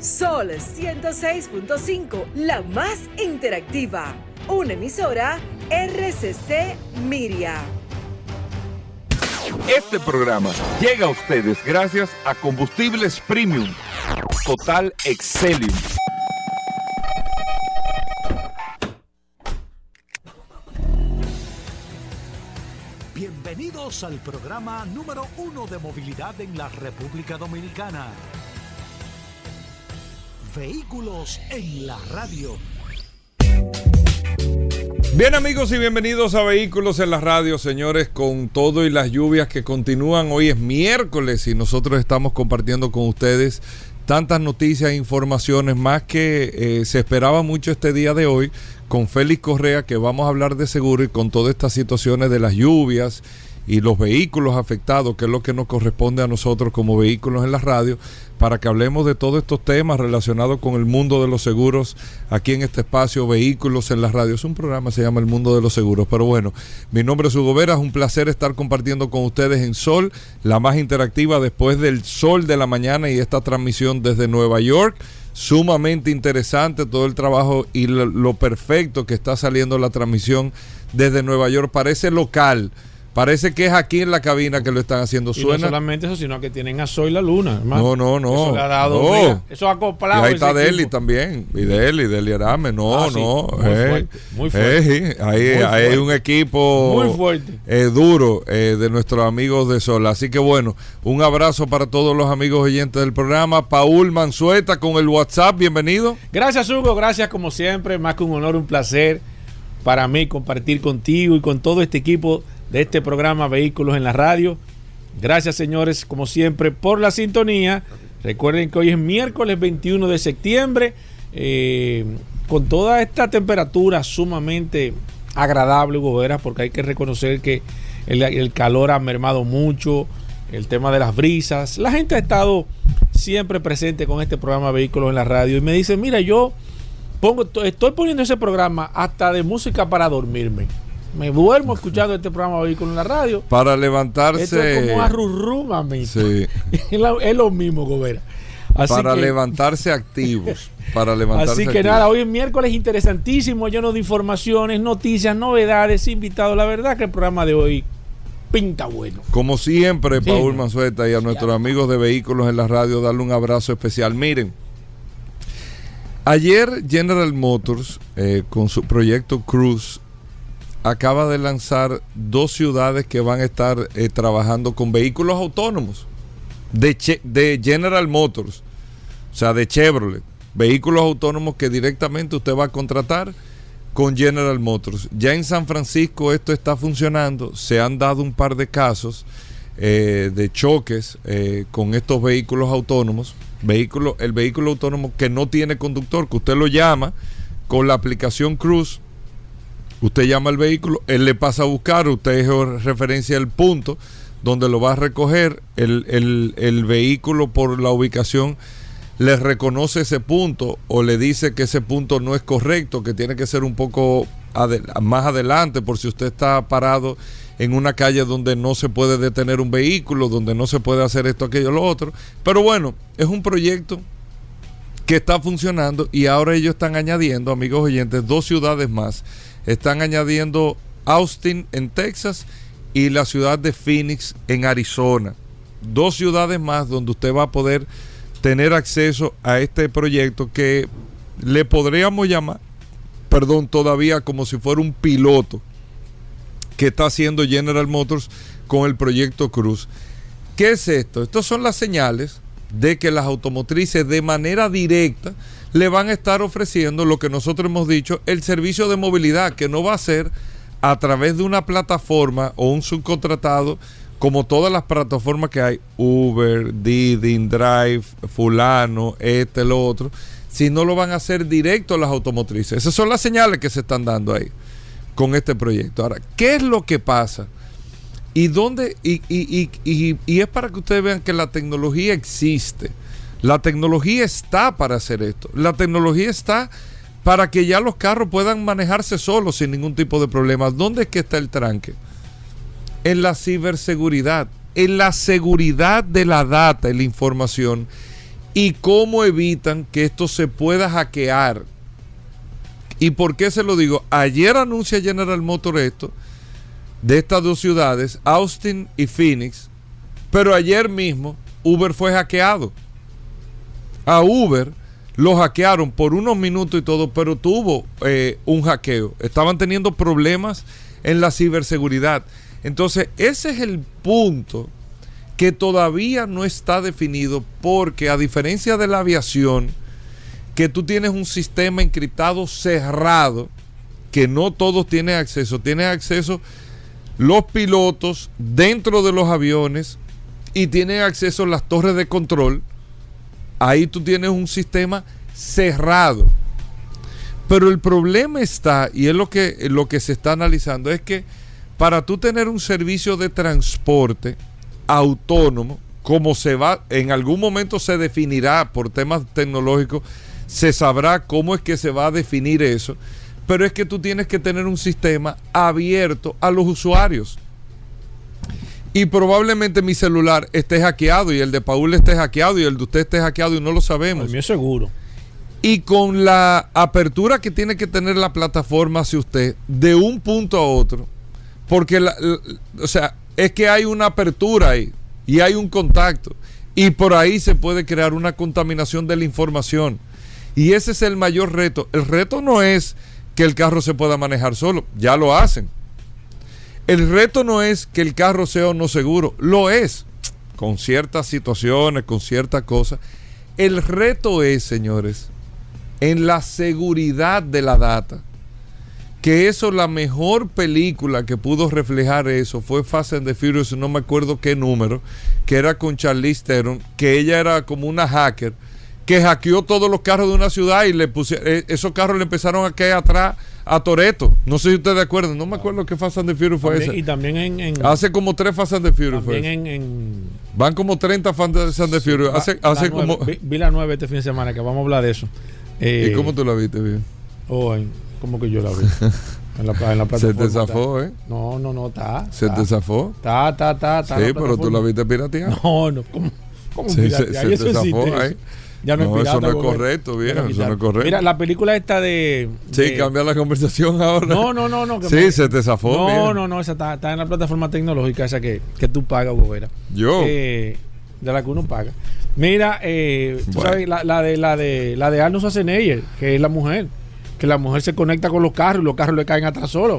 Sol 106.5, la más interactiva. Una emisora RCC Miria. Este programa llega a ustedes gracias a Combustibles Premium Total Excelium. Bienvenidos al programa número 1 de movilidad en la República Dominicana. Vehículos en la radio. Bien, amigos, y bienvenidos a Vehículos en la Radio, señores, con todo y las lluvias que continúan. Hoy es miércoles y nosotros estamos compartiendo con ustedes tantas noticias e informaciones, más que se esperaba mucho este día de hoy, con Félix Correa, que vamos a hablar de seguro y con todas estas situaciones de las lluvias y los vehículos afectados, que es lo que nos corresponde a nosotros como Vehículos en la Radio, para que hablemos de todos estos temas relacionados con el mundo de los seguros aquí en este espacio Vehículos en la Radio. Es un programa, se llama El Mundo de los Seguros, pero bueno, mi nombre es Hugo Vera, es un placer estar compartiendo con ustedes en Sol, la más interactiva después del sol de la mañana, y esta transmisión desde Nueva York. Sumamente interesante todo el trabajo y lo perfecto que está saliendo la transmisión desde Nueva York. Parece local, parece que es aquí en la cabina que lo están haciendo. Y suena. no solamente eso, sino que tienen a Sol y la Luna, hermano. No. Eso le ha dado, no. mira, eso ha acoplado. Y ahí está Deli equipo también. Y Deli Arame. No. Muy fuerte. Ahí hay un equipo muy fuerte. Duro de nuestros amigos de Sol. Así que bueno, un abrazo para todos los amigos oyentes del programa. Paul Manzueta con el WhatsApp, bienvenido. Gracias, Hugo, gracias como siempre. Más que un honor, un placer para mí compartir contigo y con todo este equipo de este programa Vehículos en la Radio. Gracias, señores, como siempre, por la sintonía. Recuerden que hoy es miércoles 21 de septiembre, con toda esta temperatura sumamente agradable, Hugo Vera, porque hay que reconocer que el calor ha mermado mucho, el tema de las brisas. La gente ha estado siempre presente con este programa Vehículos en la Radio y me dice, mira, yo estoy poniendo ese programa hasta de música para dormirme. Me duermo escuchando este programa Vehículos en la Radio. Para levantarse. Esto es como arrurú, mamita. Sí. Es lo mismo, Gobera. Para levantarse activos. Así que nada, hoy es miércoles interesantísimo, lleno de informaciones, noticias, novedades, invitados. La verdad que el programa de hoy pinta bueno. Como siempre, sí, Paul Manzueta, y a nuestros amigos de Vehículos en la Radio, darle un abrazo especial. Miren, ayer General Motors, con su proyecto Cruise, acaba de lanzar 2 ciudades que van a estar trabajando con vehículos autónomos de General Motors, o sea, de Chevrolet, vehículos autónomos que directamente usted va a contratar con General Motors. Ya en San Francisco esto está funcionando, se han dado un par de casos de choques con estos vehículos autónomos, el vehículo autónomo que no tiene conductor, que usted lo llama con la aplicación Cruise. Usted llama al vehículo, él le pasa a buscar, usted referencia el punto donde lo va a recoger, el vehículo por la ubicación le reconoce ese punto o le dice que ese punto no es correcto, que tiene que ser un poco más adelante, por si usted está parado en una calle donde no se puede detener un vehículo, donde no se puede hacer esto, aquello, lo otro. Pero bueno, es un proyecto que está funcionando y ahora ellos están añadiendo, amigos oyentes, 2 ciudades más. Están añadiendo Austin en Texas y la ciudad de Phoenix en Arizona. 2 ciudades más donde usted va a poder tener acceso a este proyecto que le podríamos llamar, todavía como si fuera un piloto que está haciendo General Motors con el proyecto Cruise. ¿Qué es esto? Estas son las señales de que las automotrices de manera directa le van a estar ofreciendo lo que nosotros hemos dicho, el servicio de movilidad, que no va a ser a través de una plataforma o un subcontratado como todas las plataformas que hay, Uber, Didi, Drive, fulano, lo otro, sino lo van a hacer directo a las automotrices. Esas son las señales que se están dando ahí con este proyecto. Ahora, ¿qué es lo que pasa? ¿Y dónde? Y es para que ustedes vean que la tecnología existe. La tecnología está para hacer esto. La tecnología está para que ya los carros puedan manejarse solos sin ningún tipo de problemas. ¿Dónde es que está el tranque? En la ciberseguridad, en la seguridad de la data y la información y cómo evitan que esto se pueda hackear. ¿Y por qué se lo digo? Ayer anuncia General Motors esto, de estas dos ciudades, Austin y Phoenix, pero ayer mismo Uber fue hackeado. A Uber lo hackearon por unos minutos y todo, pero tuvo un hackeo. Estaban teniendo problemas en la ciberseguridad. Entonces, ese es el punto que todavía no está definido, porque a diferencia de la aviación, que tú tienes un sistema encriptado cerrado, que no todos tienen acceso los pilotos dentro de los aviones y tienen acceso las torres de control. Ahí tú tienes un sistema cerrado. Pero el problema está, y es lo que se está analizando, es que para tú tener un servicio de transporte autónomo, como se va, en algún momento se definirá por temas tecnológicos, se sabrá cómo es que se va a definir eso, pero es que tú tienes que tener un sistema abierto a los usuarios. Y probablemente mi celular esté hackeado y el de Paul esté hackeado y el de usted esté hackeado y no lo sabemos. El mío seguro. Y con la apertura que tiene que tener la plataforma hacia usted de un punto a otro, porque o sea, es que hay una apertura ahí y hay un contacto y por ahí se puede crear una contaminación de la información, y ese es el mayor reto. El reto no es que el carro se pueda manejar solo, ya lo hacen. El reto no es que el carro sea o no seguro, lo es, con ciertas situaciones, con ciertas cosas. El reto es, señores, en la seguridad de la data. Que eso, la mejor película que pudo reflejar eso fue Fast and the Furious, no me acuerdo qué número, que era con Charlize Theron, que ella era como una hacker, que hackeó todos los carros de una ciudad y le pusieron, esos carros le empezaron a caer atrás a Toretto. No sé si ustedes acuerdan, no me acuerdo qué Fast and the Furious fue esa. Y también hace como 3 Fast and the Furious fue van como 30 Fast and the Furious. Hace como... Vi la 9 este fin de semana, que vamos a hablar de eso. ¿Y cómo tú la viste, bien? ¿Cómo que yo la vi? En la plataforma. Se te zafó, No, está. ¿Se te zafó? Está. Sí, pero tú la viste pirateada. No, ¿cómo pirateada? Se te zafó ahí. Ya no, eso no es correcto, viejo. Eso no es correcto. Mira, la película esta Sí, cambia la conversación ahora. No. Sí, se te zafó. No, esa está en la plataforma tecnológica, esa que tú pagas, Gobera. Yo. De la que uno paga. Mira, tú sabes, la de Arnold Schwarzenegger, que es la mujer. Que la mujer se conecta con los carros y los carros le caen atrás solo.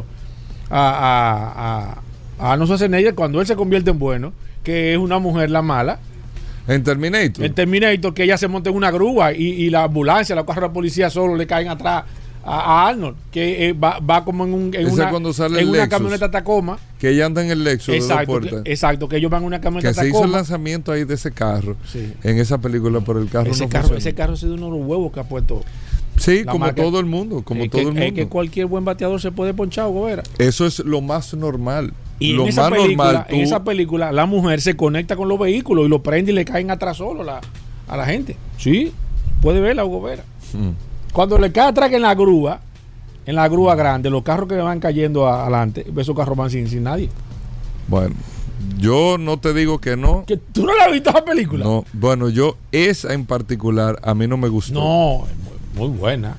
A Arnold Schwarzenegger, cuando él se convierte en bueno, que es una mujer la mala. En Terminator, que ella se monta en una grúa y la ambulancia, los carros de la policía solo le caen atrás a Arnold, que va como en una camioneta Tacoma. Que ella anda en el Lexus. Exacto, que ellos van en una camioneta Tacoma. Que se hizo el lanzamiento ahí de ese carro, sí, en esa película, pero el carro ese carro ha sido uno de los huevos que ha puesto. Sí, como marca, todo el mundo, Es que cualquier buen bateador se puede ponchar, Gobera. Eso es lo más normal. Y lo en esa más película, normal, en esa película, la mujer se conecta con los vehículos y los prende y le caen atrás solo a la gente. Sí, puede verla, Gobera. Cuando le cae atrás en la grúa grande, los carros que van cayendo adelante, esos carros van sin nadie. Bueno, yo no te digo que no. ¿Que tú no la has visto esa película? No, bueno, esa en particular a mí no me gustó. No, muy buena.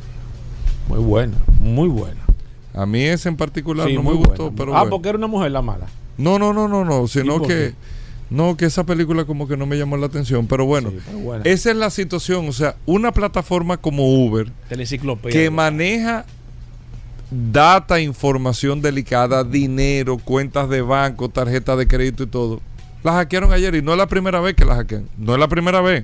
A mí esa en particular no me buena. gustó, pero bueno. Porque era una mujer la mala. No, sino que esa película como que no me llamó la atención, pero bueno, esa es la situación. O sea, una plataforma como Uber, que maneja data, información delicada, dinero, cuentas de banco, tarjetas de crédito y todo, la hackearon ayer y no es la primera vez que la hackean. No es la primera vez.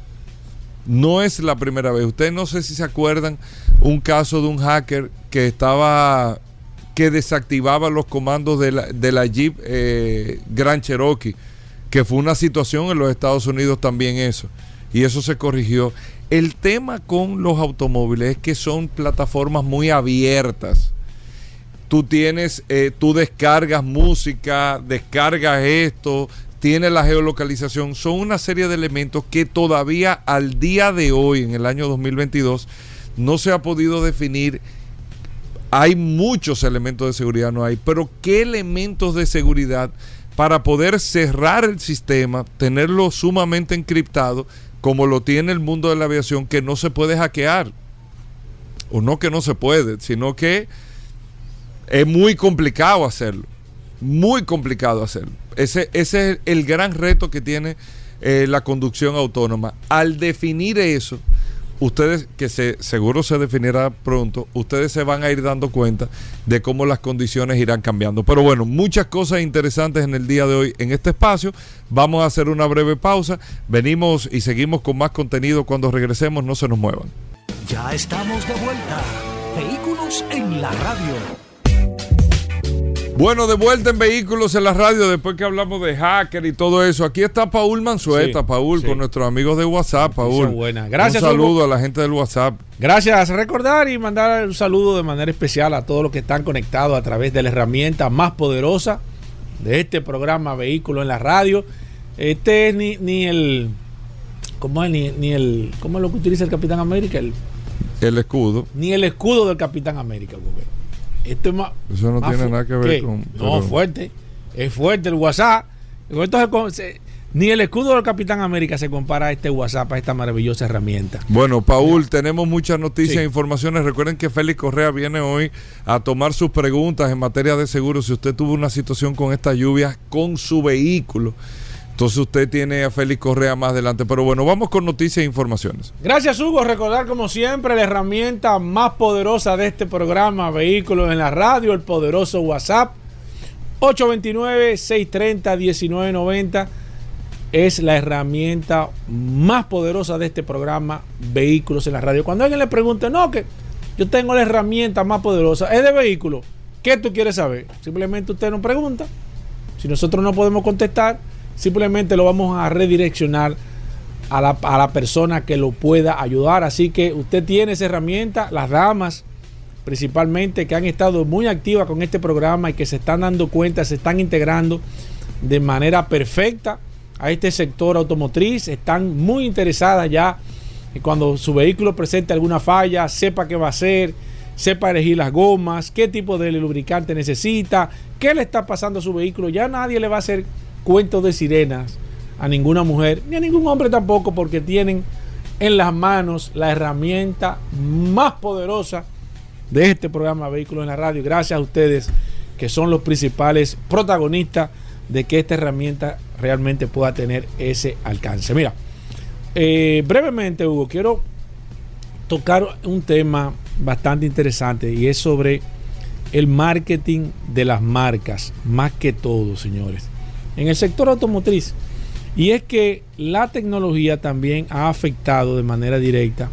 Ustedes no sé si se acuerdan un caso de un hacker que desactivaba los comandos de la Jeep Grand Cherokee, que fue una situación en los Estados Unidos también eso, y eso se corrigió. El tema con los automóviles es que son plataformas muy abiertas. Tú descargas música, descargas esto, tiene la geolocalización, son una serie de elementos que todavía al día de hoy, en el año 2022, no se ha podido definir. Hay muchos elementos de seguridad, pero ¿qué elementos de seguridad para poder cerrar el sistema, tenerlo sumamente encriptado, como lo tiene el mundo de la aviación, que no se puede hackear. O no que no se puede, sino que es muy complicado hacerlo. Muy complicado hacerlo. Ese es el gran reto que tiene la conducción autónoma. Al definir eso, ustedes, que seguro se definirá pronto, ustedes se van a ir dando cuenta de cómo las condiciones irán cambiando. Pero bueno, muchas cosas interesantes en el día de hoy en este espacio. Vamos a hacer una breve pausa. Venimos y seguimos con más contenido. Cuando regresemos, no se nos muevan. Ya estamos de vuelta. Vehículos en la radio. Bueno, de vuelta en Vehículos en la radio, después que hablamos de hacker y todo eso. Aquí está Paul Manzueta, sí, Paul, sí, con nuestros amigos de WhatsApp, Paul. Buena. Gracias, un saludo Hugo, a la gente del WhatsApp. Gracias. Recordar y mandar un saludo de manera especial a todos los que están conectados a través de la herramienta más poderosa de este programa Vehículos en la radio. Este es ni el... ¿Cómo es? ¿Cómo es lo que utiliza el Capitán América? El escudo. Ni el escudo del Capitán América, Hugo. Esto es más, eso no tiene nada que ver con... No, fuerte. Es fuerte el WhatsApp. Entonces, ni el escudo del Capitán América se compara a este WhatsApp, a esta maravillosa herramienta. Bueno, Paul, tenemos muchas noticias e informaciones. Recuerden que Félix Correa viene hoy a tomar sus preguntas en materia de seguro. Si usted tuvo una situación con esta lluvia con su vehículo, entonces usted tiene a Félix Correa más adelante. Pero bueno, vamos con noticias e informaciones. Gracias, Hugo. Recordar como siempre la herramienta más poderosa de este programa Vehículos en la radio, el poderoso WhatsApp 829-630-1990. Es la herramienta más poderosa de este programa Vehículos en la radio. Cuando alguien le pregunte, no, que yo tengo la herramienta más poderosa, es de vehículo, ¿qué tú quieres saber? Simplemente usted nos pregunta. Si nosotros no podemos contestar, simplemente lo vamos a redireccionar a la persona que lo pueda ayudar. Así que usted tiene esa herramienta. Las damas principalmente, que han estado muy activas con este programa y que se están dando cuenta, se están integrando de manera perfecta a este sector automotriz, están muy interesadas ya y cuando su vehículo presente alguna falla, sepa qué va a hacer, sepa elegir las gomas, qué tipo de lubricante necesita, qué le está pasando a su vehículo. Ya nadie le va a hacer cuentos de sirenas a ninguna mujer, ni a ningún hombre tampoco, porque tienen en las manos la herramienta más poderosa de este programa Vehículos en la radio. Gracias a ustedes, que son los principales protagonistas de que esta herramienta realmente pueda tener ese alcance. Mira, brevemente, Hugo, quiero tocar un tema bastante interesante y es sobre el marketing de las marcas, más que todo, señores, en el sector automotriz. Y es que la tecnología también ha afectado de manera directa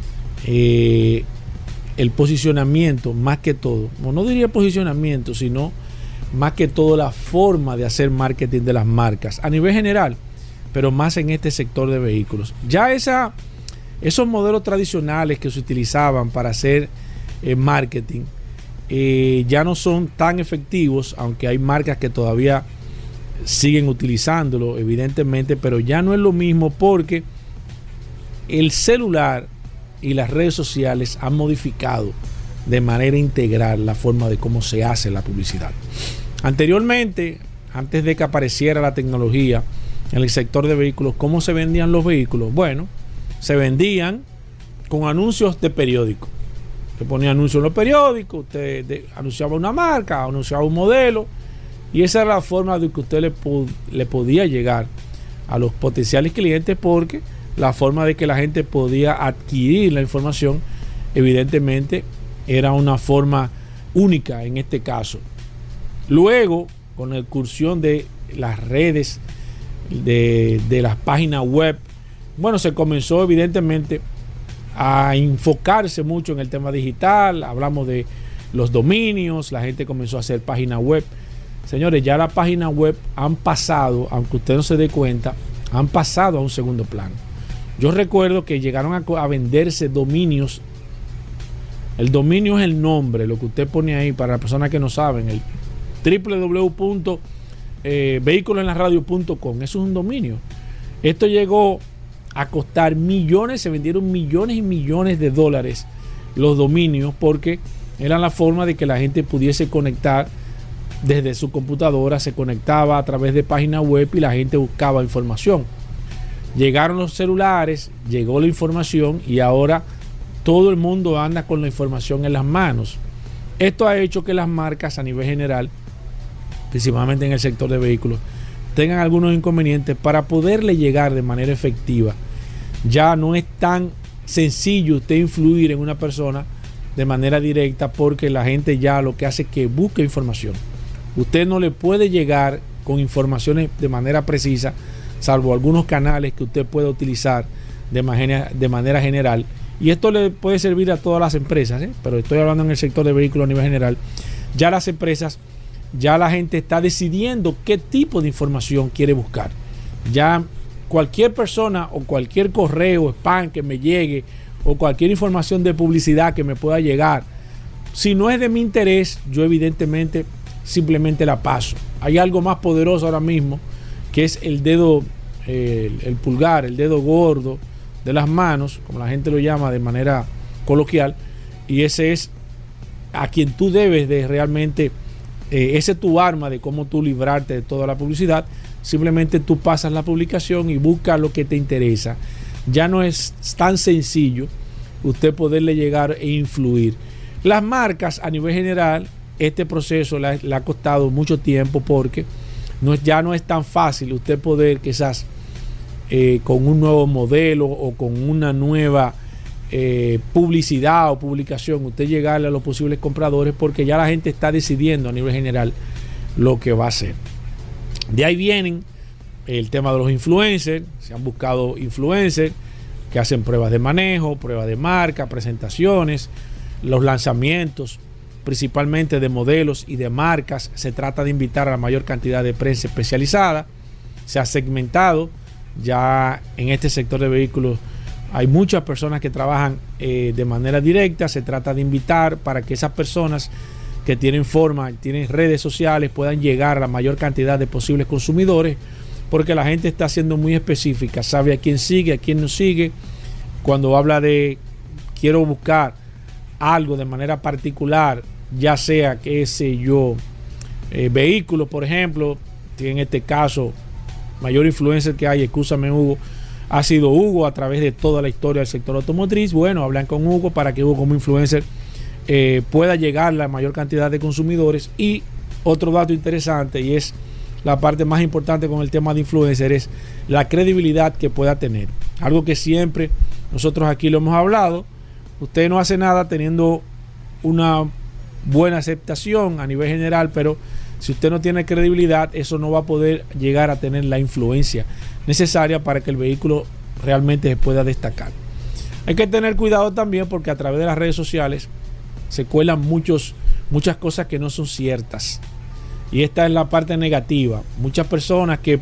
el posicionamiento, más que todo, o no diría posicionamiento, sino más que todo la forma de hacer marketing de las marcas a nivel general, pero más en este sector de vehículos. Ya esos modelos tradicionales que se utilizaban para hacer marketing ya no son tan efectivos, aunque hay marcas que todavía siguen utilizándolo, evidentemente, pero ya no es lo mismo porque el celular y las redes sociales han modificado de manera integral la forma de cómo se hace la publicidad. Anteriormente, antes de que apareciera la tecnología en el sector de vehículos, ¿cómo se vendían los vehículos? Bueno, se vendían con anuncios de periódico. Se ponía anuncios en los periódicos, usted anunciaba una marca, anunciaba un modelo, y esa era la forma de que usted le podía llegar a los potenciales clientes, porque la forma de que la gente podía adquirir la información, evidentemente, era una forma única en este caso. Luego, con la incursión de las redes, de las páginas web, bueno, se comenzó evidentemente a enfocarse mucho en el tema digital. Hablamos de los dominios, la gente comenzó a hacer páginas web. Señores, ya las páginas web han pasado, aunque usted no se dé cuenta, han pasado a un segundo plano. Yo recuerdo que llegaron a venderse dominios. El dominio es el nombre, lo que usted pone ahí para las personas que no saben, el www.vehiculosenlaradio.com. Eso es un dominio. Esto llegó a costar millones, se vendieron millones y millones de dólares los dominios, porque era la forma de que la gente pudiese conectar desde su computadora, se conectaba a través de páginas web y la gente buscaba información. Llegaron los celulares, llegó la información y ahora todo el mundo anda con la información en las manos. Esto ha hecho que las marcas a nivel general, principalmente en el sector de vehículos, tengan algunos inconvenientes para poderle llegar de manera efectiva. Ya no es tan sencillo usted influir en una persona de manera directa, porque la gente ya lo que hace es que busca información. Usted no le puede llegar con informaciones de manera precisa, salvo algunos canales que usted puede utilizar de manera general. Y esto le puede servir a todas las empresas, pero estoy hablando en el sector de vehículos a nivel general. Ya las empresas, ya la gente está decidiendo qué tipo de información quiere buscar. Ya cualquier persona o cualquier correo, spam que me llegue, o cualquier información de publicidad que me pueda llegar, si no es de mi interés, yo evidentemente simplemente la paso. Hay algo más poderoso ahora mismo, que es el dedo, el pulgar, el dedo gordo de las manos, como la gente lo llama de manera coloquial, y ese es a quien tú debes de realmente, ese es tu arma de cómo tú librarte de toda la publicidad. Simplemente tú pasas la publicación y buscas lo que te interesa. Ya no es tan sencillo usted poderle llegar e influir. Las marcas a nivel general, este proceso le ha costado mucho tiempo, porque ya no es tan fácil usted poder quizás con un nuevo modelo o con una nueva publicidad o publicación, usted llegarle a los posibles compradores, porque ya la gente está decidiendo a nivel general lo que va a hacer. De ahí vienen el tema de los influencers. Se han buscado influencers que hacen pruebas de manejo, pruebas de marca, presentaciones, los lanzamientos, principalmente de modelos y de marcas. Se trata de invitar a la mayor cantidad de prensa especializada. Se ha segmentado. Ya en este sector de vehículos hay muchas personas que trabajan de manera directa. Se trata de invitar para que esas personas que tienen redes sociales puedan llegar a la mayor cantidad de posibles consumidores, porque la gente está siendo muy específica, sabe a quién sigue, a quién no sigue. Cuando habla de quiero buscar algo de manera particular, ya sea, qué sé yo, vehículos, por ejemplo, en este caso, mayor influencer que hay, excúsame Hugo, ha sido Hugo a través de toda la historia del sector automotriz. Bueno, hablan con Hugo para que Hugo como influencer pueda llegar a la mayor cantidad de consumidores. Y otro dato interesante, y es la parte más importante con el tema de influencer, es la credibilidad que pueda tener. Algo que siempre nosotros aquí lo hemos hablado. Usted no hace nada teniendo una buena aceptación a nivel general, pero si usted no tiene credibilidad, eso no va a poder llegar a tener la influencia necesaria para que el vehículo realmente se pueda destacar. Hay que tener cuidado también, porque a través de las redes sociales se cuelan muchas cosas que no son ciertas, y esta es la parte negativa. Muchas personas que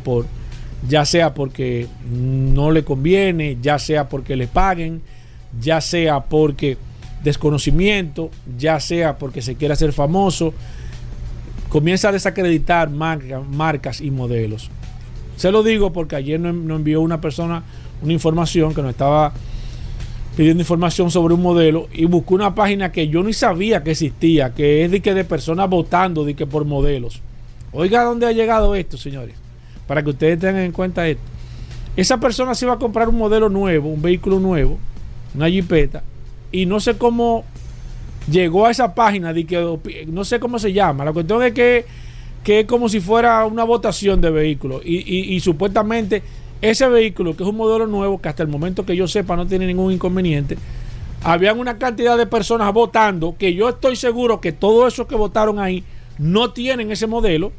ya sea porque no le conviene, ya sea porque le paguen, ya sea porque desconocimiento, ya sea porque se quiere hacer famoso, comienza a desacreditar marcas y modelos. Se lo digo porque ayer nos envió una persona una información que nos estaba pidiendo información sobre un modelo, y buscó una página que yo ni sabía que existía, que es de personas votando por modelos. Oiga, ¿dónde ha llegado esto, señores? Para que ustedes tengan en cuenta esto. Esa persona se iba a comprar un modelo nuevo, un vehículo nuevo, una jipeta, y no sé cómo llegó a esa página, no sé cómo se llama. La cuestión es que es como si fuera una votación de vehículos, y supuestamente ese vehículo, que es un modelo nuevo, que hasta el momento que yo sepa no tiene ningún inconveniente, habían una cantidad de personas votando, que yo estoy seguro que todos esos que votaron ahí no tienen ese modelo,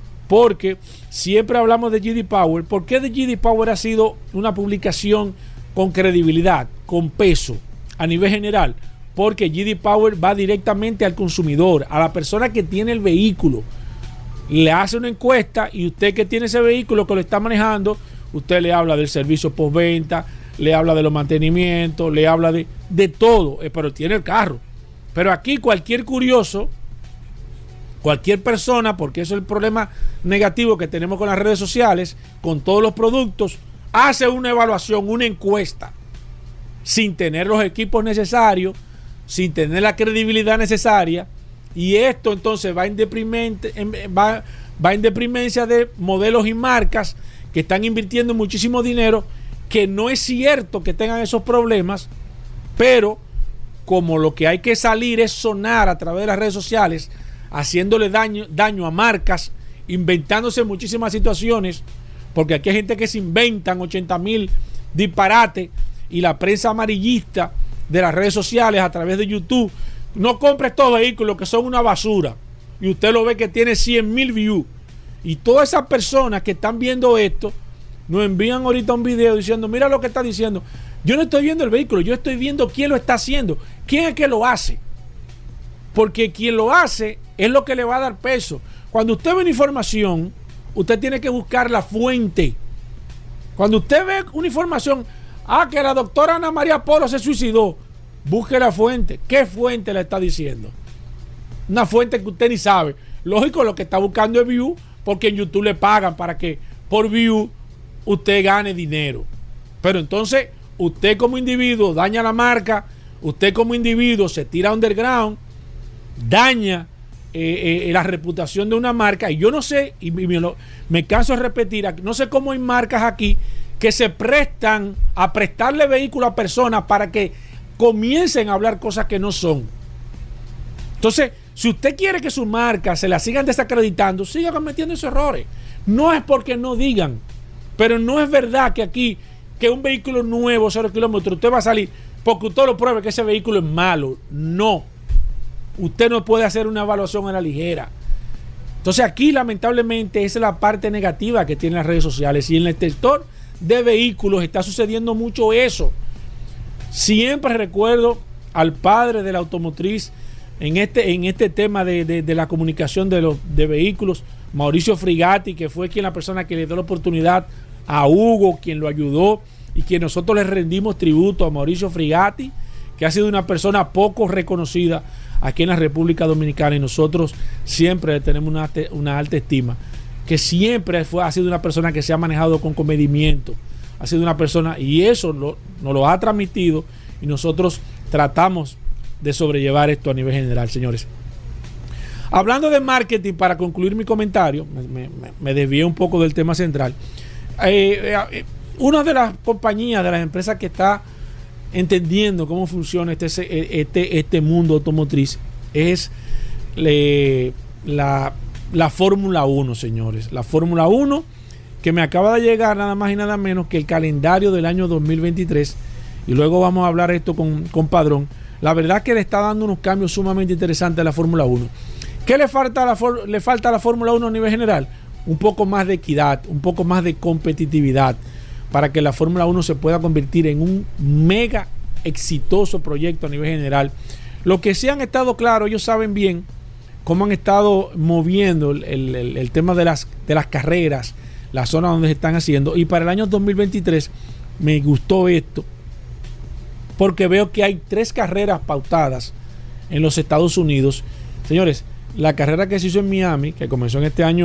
porque siempre hablamos de J.D. Power. ¿Por qué de J.D. Power ha sido una publicación con credibilidad, con peso a nivel general? Porque J.D. Power va directamente al consumidor, a la persona que tiene el vehículo. Le hace una encuesta, y usted que tiene ese vehículo, que lo está manejando, usted le habla del servicio postventa, le habla de los mantenimientos, le habla de todo, pero tiene el carro. Pero aquí cualquier curioso, cualquier persona, porque eso es el problema negativo que tenemos con las redes sociales, con todos los productos, hace una evaluación, una encuesta, sin tener los equipos necesarios, sin tener la credibilidad necesaria, y esto entonces va en deprimencia de modelos y marcas que están invirtiendo muchísimo dinero que no es cierto que tengan esos problemas, pero como lo que hay que salir es sonar a través de las redes sociales, haciéndole daño a marcas, inventándose muchísimas situaciones, porque aquí hay gente que se inventan 80,000 disparates, y la prensa amarillista de las redes sociales a través de YouTube, no compre estos vehículos que son una basura, y usted lo ve que tiene 100,000 views, y todas esas personas que están viendo esto nos envían ahorita un video diciendo, mira lo que está diciendo. Yo no estoy viendo el vehículo, yo estoy viendo quién lo está haciendo, quién es que lo hace, porque quien lo hace es lo que le va a dar peso. Cuando usted ve una información, usted tiene que buscar la fuente. Cuando usted ve una información, que la doctora Ana María Polo se suicidó, busque la fuente. ¿Qué fuente le está diciendo? Una fuente que usted ni sabe. Lógico, lo que está buscando es view, porque en YouTube le pagan para que por view usted gane dinero. Pero entonces usted como individuo daña la marca, usted como individuo se tira underground, daña la reputación de una marca. Y yo no sé, y me canso de repetir, no sé cómo hay marcas aquí que se prestan a prestarle vehículos a personas para que comiencen a hablar cosas que no son. Entonces, si usted quiere que su marca se la sigan desacreditando, siga cometiendo esos errores. No es porque no digan, pero no es verdad que aquí, que un vehículo nuevo, 0 kilómetros, usted va a salir porque usted lo pruebe que ese vehículo es malo. No. Usted no puede hacer una evaluación a la ligera. Entonces aquí lamentablemente esa es la parte negativa que tienen las redes sociales, y en el sector de vehículos está sucediendo mucho eso. Siempre recuerdo al padre de la automotriz en este tema de la comunicación de vehículos, Mauricio Frigatti, que fue la persona que le dio la oportunidad a Hugo, quien lo ayudó, y que nosotros le rendimos tributo a Mauricio Frigatti, que ha sido una persona poco reconocida aquí en la República Dominicana, y nosotros siempre le tenemos una alta estima, que siempre ha sido una persona que se ha manejado con comedimiento, ha sido una persona, y eso nos lo ha transmitido, y nosotros tratamos de sobrellevar esto a nivel general, señores. Hablando de marketing, para concluir mi comentario, me desvié un poco del tema central. Una de las compañías, de las empresas que está entendiendo cómo funciona este mundo automotriz es la Fórmula 1, señores. La Fórmula 1, que me acaba de llegar nada más y nada menos que el calendario del año 2023, y luego vamos a hablar esto con Padrón. La verdad que le está dando unos cambios sumamente interesantes a la Fórmula 1. ¿Qué le falta a la Fórmula 1 a nivel general? Un poco más de equidad, un poco más de competitividad, para que la Fórmula 1 se pueda convertir en un mega exitoso proyecto a nivel general. Lo que sí han estado claros, ellos saben bien cómo han estado moviendo el tema de las carreras, la zona donde se están haciendo. Y para el año 2023 me gustó esto, porque veo que hay 3 carreras pautadas en los Estados Unidos. Señores, la carrera que se hizo en Miami, que comenzó en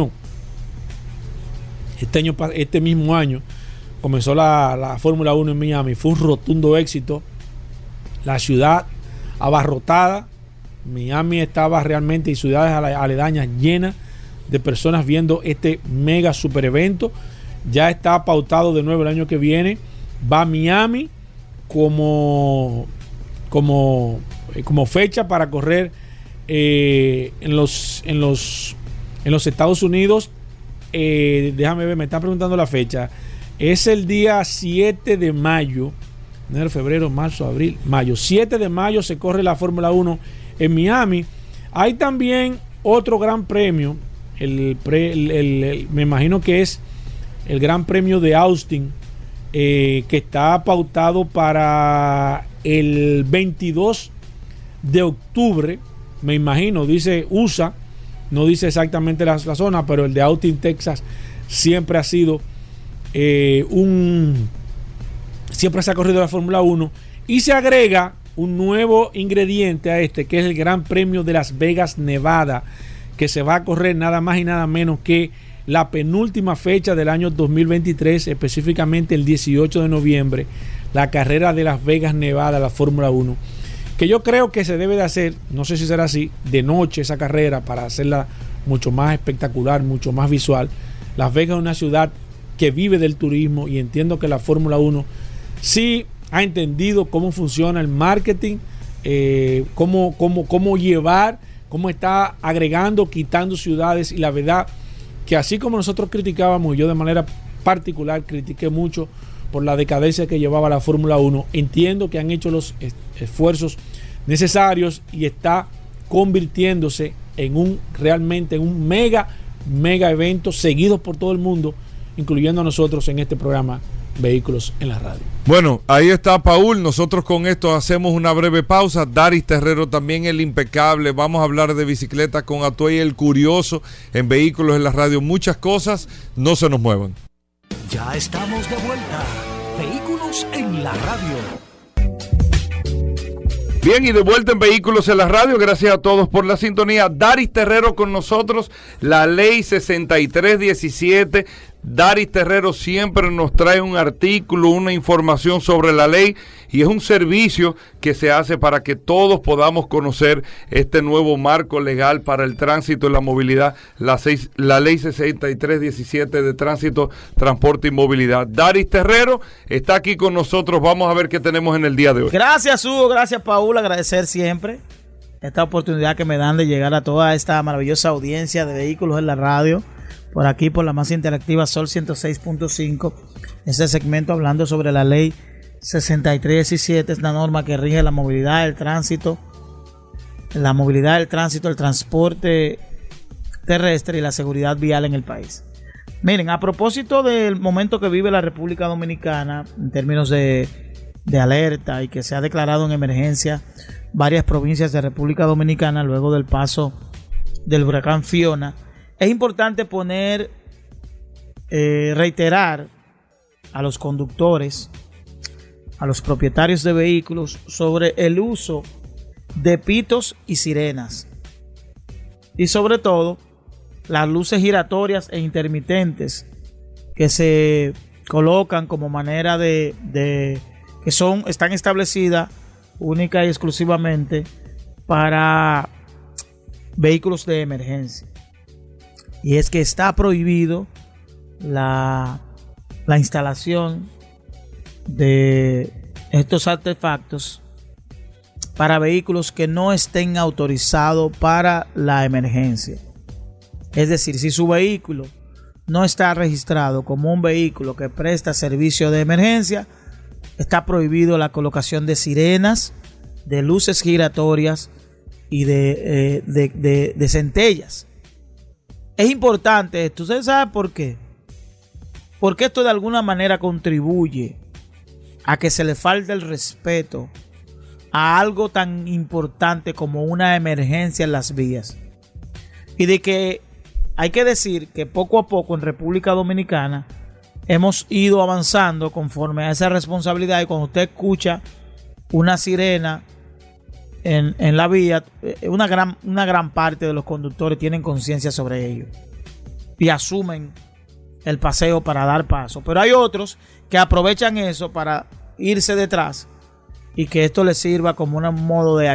este mismo año, comenzó la Fórmula 1 en Miami, fue un rotundo éxito. La ciudad abarrotada, Miami estaba realmente, y ciudades aledañas llenas de personas viendo este mega super evento. Ya está pautado de nuevo el año que viene. Va a Miami como fecha para correr en los Estados Unidos. Déjame ver, me están preguntando la fecha. Es el día 7 de mayo, enero, febrero, marzo, abril, mayo. 7 de mayo se corre la Fórmula 1 en Miami. Hay también otro gran premio, me imagino que es el Gran Premio de Austin, que está pautado para el 22 de octubre, me imagino, dice USA, no dice exactamente la zona, pero el de Austin, Texas, siempre ha sido siempre se ha corrido la Fórmula 1, y se agrega un nuevo ingrediente a que es el Gran Premio de Las Vegas, Nevada, que se va a correr nada más y nada menos que la penúltima fecha del año 2023, específicamente el 18 de noviembre, la carrera de Las Vegas, Nevada, la Fórmula 1, que yo creo que se debe de hacer, no sé si será así, de noche esa carrera, para hacerla mucho más espectacular, mucho más visual. Las Vegas es una ciudad que vive del turismo, y entiendo que la Fórmula 1 sí ha entendido cómo funciona el marketing, cómo llevar, cómo está agregando, quitando ciudades, y la verdad que así como nosotros criticábamos, yo de manera particular critiqué mucho por la decadencia que llevaba la Fórmula 1, entiendo que han hecho los esfuerzos necesarios y está convirtiéndose realmente en un mega evento seguido por todo el mundo, incluyendo a nosotros en este programa Vehículos en la Radio. Bueno, ahí está Paul. Nosotros con esto hacemos una breve pausa. Daris Terrero también, el impecable. Vamos a hablar de bicicleta con Atuey, el curioso, en Vehículos en la Radio. Muchas cosas, no se nos muevan. Ya estamos de vuelta. Vehículos en la Radio. Bien, y de vuelta en Vehículos en la Radio. Gracias a todos por la sintonía. Daris Terrero con nosotros, la ley 6317. Daris Terrero siempre nos trae un artículo, una información sobre la ley, y es un servicio que se hace para que todos podamos conocer este nuevo marco legal para el tránsito y la movilidad, la ley 6317 de tránsito, transporte y movilidad. Daris Terrero está aquí con nosotros. Vamos a ver qué tenemos en el día de hoy. Gracias, Hugo. Gracias, Paul. Agradecer siempre esta oportunidad que me dan de llegar a toda esta maravillosa audiencia de Vehículos en la Radio. Por aquí, por la más interactiva Sol 106.5, este segmento hablando sobre la ley 6317, es una norma que rige la movilidad, el tránsito, el transporte terrestre y la seguridad vial en el país. Miren, a propósito del momento que vive la República Dominicana en términos de alerta y que se ha declarado en emergencia varias provincias de República Dominicana luego del paso del huracán Fiona, es importante reiterar a los conductores, a los propietarios de vehículos, sobre el uso de pitos y sirenas. Y sobre todo, las luces giratorias e intermitentes que se colocan como manera están establecidas única y exclusivamente para vehículos de emergencia. Y es que está prohibido la instalación de estos artefactos para vehículos que no estén autorizados para la emergencia. Es decir, si su vehículo no está registrado como un vehículo que presta servicio de emergencia, está prohibido la colocación de sirenas, de luces giratorias y de centellas. Es importante esto. ¿Ustedes saben por qué? Porque esto de alguna manera contribuye a que se le falte el respeto a algo tan importante como una emergencia en las vías. Y de que hay que decir que poco a poco en República Dominicana hemos ido avanzando conforme a esa responsabilidad, y cuando usted escucha una sirena en la vía, una gran parte de los conductores tienen conciencia sobre ello y asumen el paseo para dar paso. Pero hay otros que aprovechan eso para irse detrás y que esto les sirva como un modo de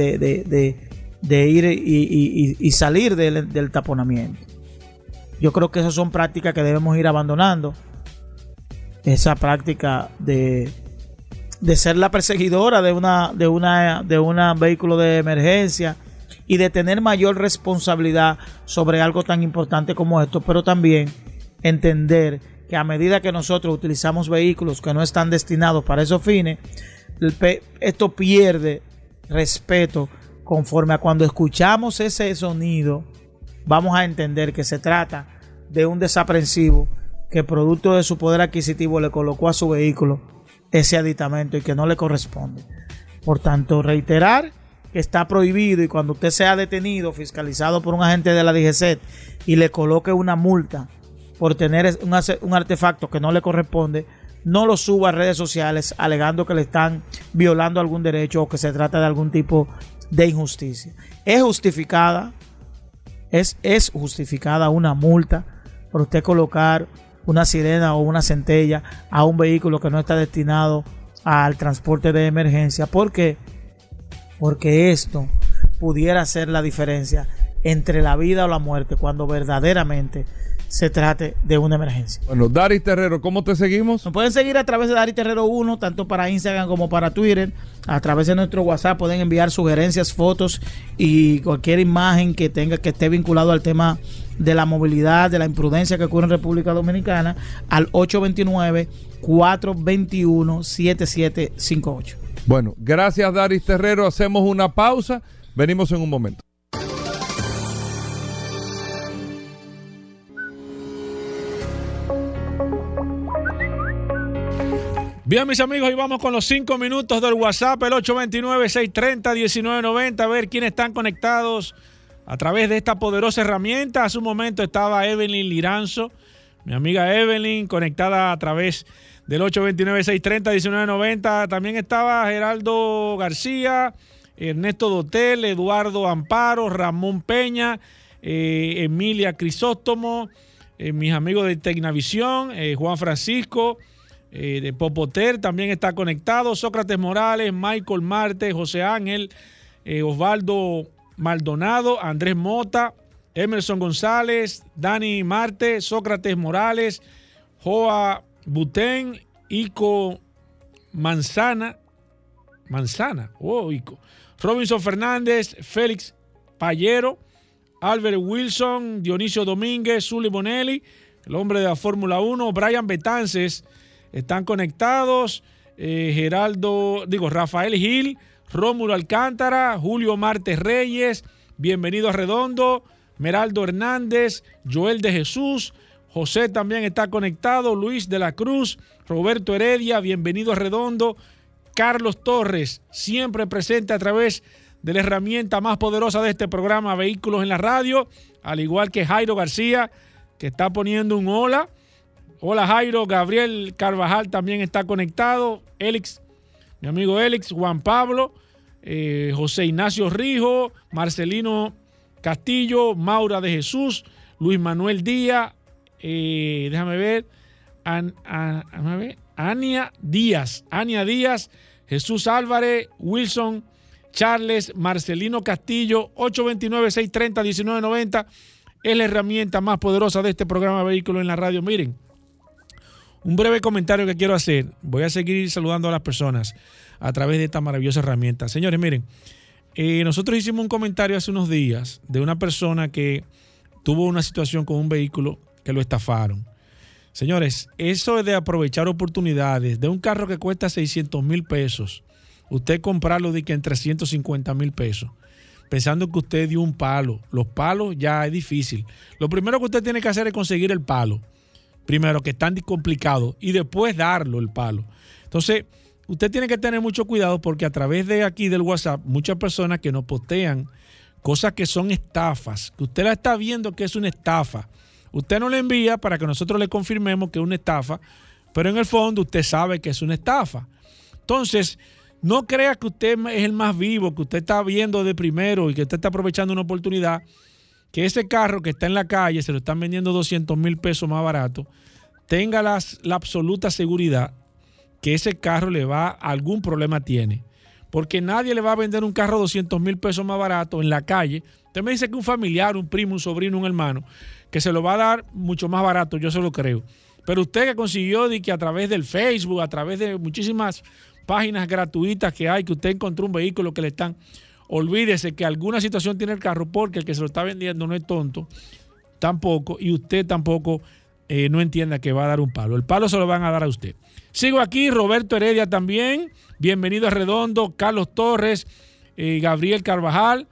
ir y salir del taponamiento. Yo creo que esas son prácticas que debemos ir abandonando. Esa práctica de ser la perseguidora de un vehículo de emergencia y de tener mayor responsabilidad sobre algo tan importante como esto, pero también entender que a medida que nosotros utilizamos vehículos que no están destinados para esos fines, esto pierde respeto. Conforme a cuando escuchamos ese sonido, vamos a entender que se trata de un desaprensivo que producto de su poder adquisitivo le colocó a su vehículo ese aditamento y que no le corresponde. Por tanto, reiterar que está prohibido, y cuando usted sea detenido, fiscalizado por un agente de la DGCET y le coloque una multa por tener un artefacto que no le corresponde, no lo suba a redes sociales alegando que le están violando algún derecho o que se trata de algún tipo de injusticia. Es justificada una multa por usted colocar una sirena o una centella a un vehículo que no está destinado al transporte de emergencia. ¿Por qué? Porque esto pudiera ser la diferencia entre la vida o la muerte, cuando verdaderamente se trate de una emergencia. Bueno, Daris Terrero, ¿cómo te seguimos? Nos pueden seguir a través de Daris Terrero 1, tanto para Instagram como para Twitter. A través de nuestro WhatsApp pueden enviar sugerencias, fotos y cualquier imagen que tenga que esté vinculado al tema de la movilidad, de la imprudencia que ocurre en República Dominicana, al 829-421-7758. Bueno, gracias Daris Terrero. Hacemos una pausa. Venimos en un momento. Bien, mis amigos, y vamos con los 5 minutos del WhatsApp, el 829-630-1990, a ver quiénes están conectados a través de esta poderosa herramienta. Hace un momento estaba Evelyn Liranzo, mi amiga Evelyn, conectada a través del 829-630-1990. También estaba Geraldo García, Ernesto Dotel, Eduardo Amparo, Ramón Peña, Emilia Crisóstomo, mis amigos de Tecnavisión, Juan Francisco, de Popoter también está conectado, Sócrates Morales, Michael Marte, José Ángel, Osvaldo Maldonado, Andrés Mota, Emerson González, Dani Marte, Sócrates Morales, Joa Butén, Ico Manzana, Ico, Robinson Fernández, Félix Payero, Albert Wilson, Dionisio Domínguez, Zuli Bonelli, el hombre de la Fórmula 1, Brian Betances, están conectados, Rafael Gil, Rómulo Alcántara, Julio Martes Reyes, bienvenido a Redondo, Meraldo Hernández, Joel de Jesús, José también está conectado, Luis de la Cruz, Roberto Heredia, bienvenido a Redondo, Carlos Torres, siempre presente a través de la herramienta más poderosa de este programa, Vehículos en la Radio, al igual que Jairo García, que está poniendo un hola. Hola Jairo, Gabriel Carvajal también está conectado, Élix, mi amigo Élix, Juan Pablo, José Ignacio Rijo, Marcelino Castillo, Maura de Jesús, Luis Manuel Díaz, Ania Díaz, Jesús Álvarez, Wilson Charles, Marcelino Castillo, 829-630-1990, es la herramienta más poderosa de este programa Vehículos en la Radio. Miren, un breve comentario que quiero hacer. Voy a seguir saludando a las personas a través de esta maravillosa herramienta. Señores, miren, nosotros hicimos un comentario hace unos días de una persona que tuvo una situación con un vehículo que lo estafaron. Señores, eso es de aprovechar oportunidades de un carro que cuesta 600,000 pesos. Usted comprarlo de que en 350,000 pesos, pensando que usted dio un palo. Los palos ya es difícil. Lo primero que usted tiene que hacer es conseguir el palo. Primero, que es tan complicado, y después darlo el palo. Entonces, usted tiene que tener mucho cuidado porque a través de aquí del WhatsApp, muchas personas que nos postean cosas que son estafas, que usted la está viendo que es una estafa. Usted no le envía para que nosotros le confirmemos que es una estafa, pero en el fondo usted sabe que es una estafa. Entonces, no crea que usted es el más vivo, que usted está viendo de primero y que usted está aprovechando una oportunidad, que ese carro que está en la calle se lo están vendiendo 200,000 pesos más barato. Tenga la absoluta seguridad que ese carro algún problema tiene. Porque nadie le va a vender un carro 200,000 pesos más barato en la calle. Usted me dice que un familiar, un primo, un sobrino, un hermano, que se lo va a dar mucho más barato, yo se lo creo. Pero usted que consiguió de que a través del Facebook, a través de muchísimas páginas gratuitas que hay, que usted encontró un vehículo que le están... Olvídese que alguna situación tiene el carro porque el que se lo está vendiendo no es tonto, tampoco, y usted tampoco no entienda que va a dar un palo. El palo se lo van a dar a usted. Sigo aquí, Roberto Heredia también, bienvenido a Redondo, Carlos Torres, Gabriel Carvajal,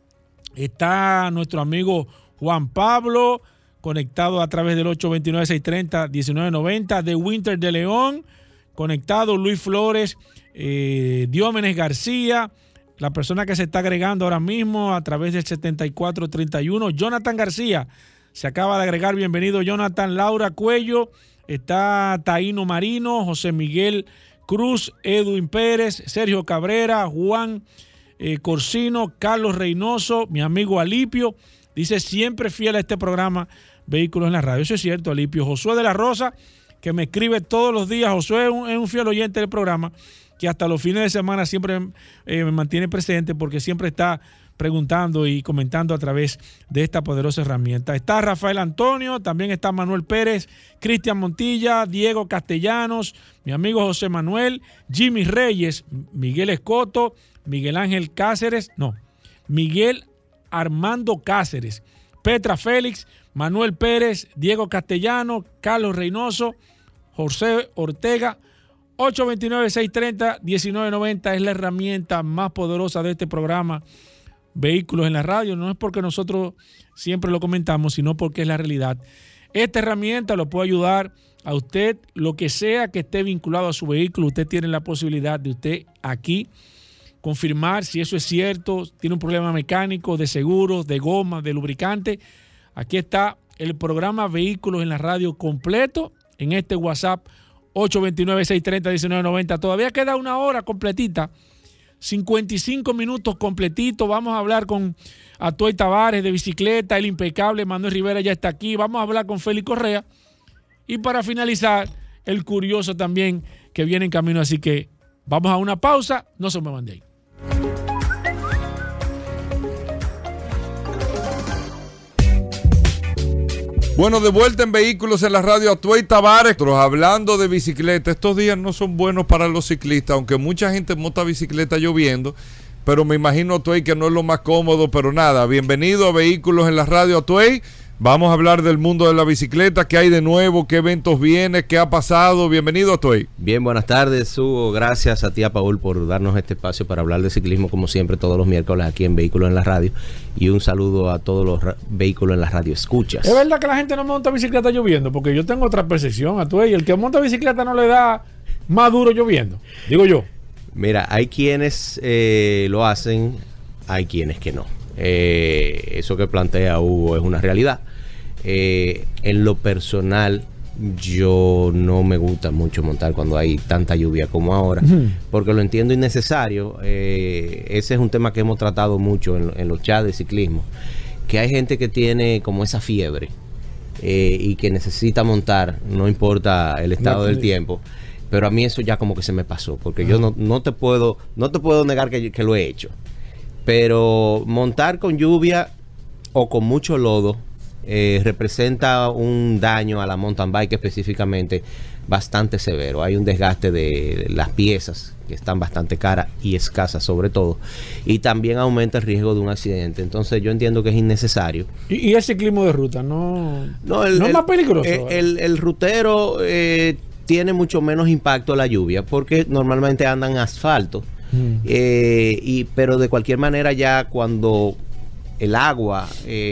está nuestro amigo Juan Pablo, conectado a través del 829-630-1990, de Winter de León, conectado Luis Flores, Diómenes García, la persona que se está agregando ahora mismo a través del 7431, Jonathan García, se acaba de agregar, bienvenido Jonathan, Laura Cuello, está Taíno Marino, José Miguel Cruz, Edwin Pérez, Sergio Cabrera, Juan Corsino, Carlos Reynoso, mi amigo Alipio, dice siempre fiel a este programa Vehículos en la Radio. Eso es cierto, Alipio. Josué de la Rosa, que me escribe todos los días, Josué es un fiel oyente del programa, que hasta los fines de semana siempre me mantiene presente porque siempre está preguntando y comentando a través de esta poderosa herramienta. Está Rafael Antonio, también está Manuel Pérez, Cristian Montilla, Diego Castellanos, mi amigo José Manuel, Jimmy Reyes, Miguel Escoto, Miguel Armando Cáceres, Petra Félix, Manuel Pérez, Diego Castellano, Carlos Reynoso, José Ortega. 829-630-1990 es la herramienta más poderosa de este programa Vehículos en la Radio. No es porque nosotros siempre lo comentamos, sino porque es la realidad. Esta herramienta lo puede ayudar a usted, lo que sea que esté vinculado a su vehículo. Usted tiene la posibilidad de usted aquí confirmar si eso es cierto, tiene un problema mecánico, de seguros, de goma, de lubricante. Aquí está el programa Vehículos en la Radio completo en este WhatsApp 829-630-1990. Todavía queda una hora completita, 55 minutos completito. Vamos a hablar con Atuey Tavares de bicicleta, el impecable Manuel Rivera ya está aquí. Vamos a hablar con Félix Correa. Y para finalizar, el curioso también que viene en camino. Así que vamos a una pausa, no se me mande ahí. Bueno, de vuelta en Vehículos en la Radio, Atuey Tavares, hablando de bicicleta. Estos días no son buenos para los ciclistas, aunque mucha gente monta bicicleta lloviendo, pero me imagino, Atuey, que no es lo más cómodo, pero nada, bienvenido a Vehículos en la Radio, Atuey. Vamos a hablar del mundo de la bicicleta, qué hay de nuevo, qué eventos vienen, qué ha pasado. Bienvenido, Atuey. Bien, buenas tardes, Hugo. Gracias a ti, a Paul, por darnos este espacio para hablar de ciclismo, como siempre, todos los miércoles aquí en Vehículos en la Radio. Y un saludo a todos los Vehículos en la Radio escuchas. ¿Es verdad que la gente no monta bicicleta lloviendo? Porque yo tengo otra percepción, Atuey. El que monta bicicleta no le da más duro lloviendo, digo yo. Mira, hay quienes lo hacen, hay quienes que no. Eso que plantea Hugo es una realidad. En lo personal, yo no me gusta mucho montar cuando hay tanta lluvia como ahora, porque lo entiendo innecesario. Ese es un tema que hemos tratado mucho en los chats de ciclismo, que hay gente que tiene como esa fiebre y que necesita montar, no importa el estado del tiempo. Pero a mí eso ya como que se me pasó, porque yo no te puedo negar que lo he hecho. Pero montar con lluvia o con mucho lodo representa un daño a la mountain bike específicamente bastante severo. Hay un desgaste de las piezas que están bastante caras y escasas sobre todo, y también aumenta el riesgo de un accidente. Entonces yo entiendo que es innecesario. ¿Y el ciclismo de ruta no es más peligroso? El rutero tiene mucho menos impacto la lluvia porque normalmente andan en asfalto. Pero de cualquier manera, ya cuando el agua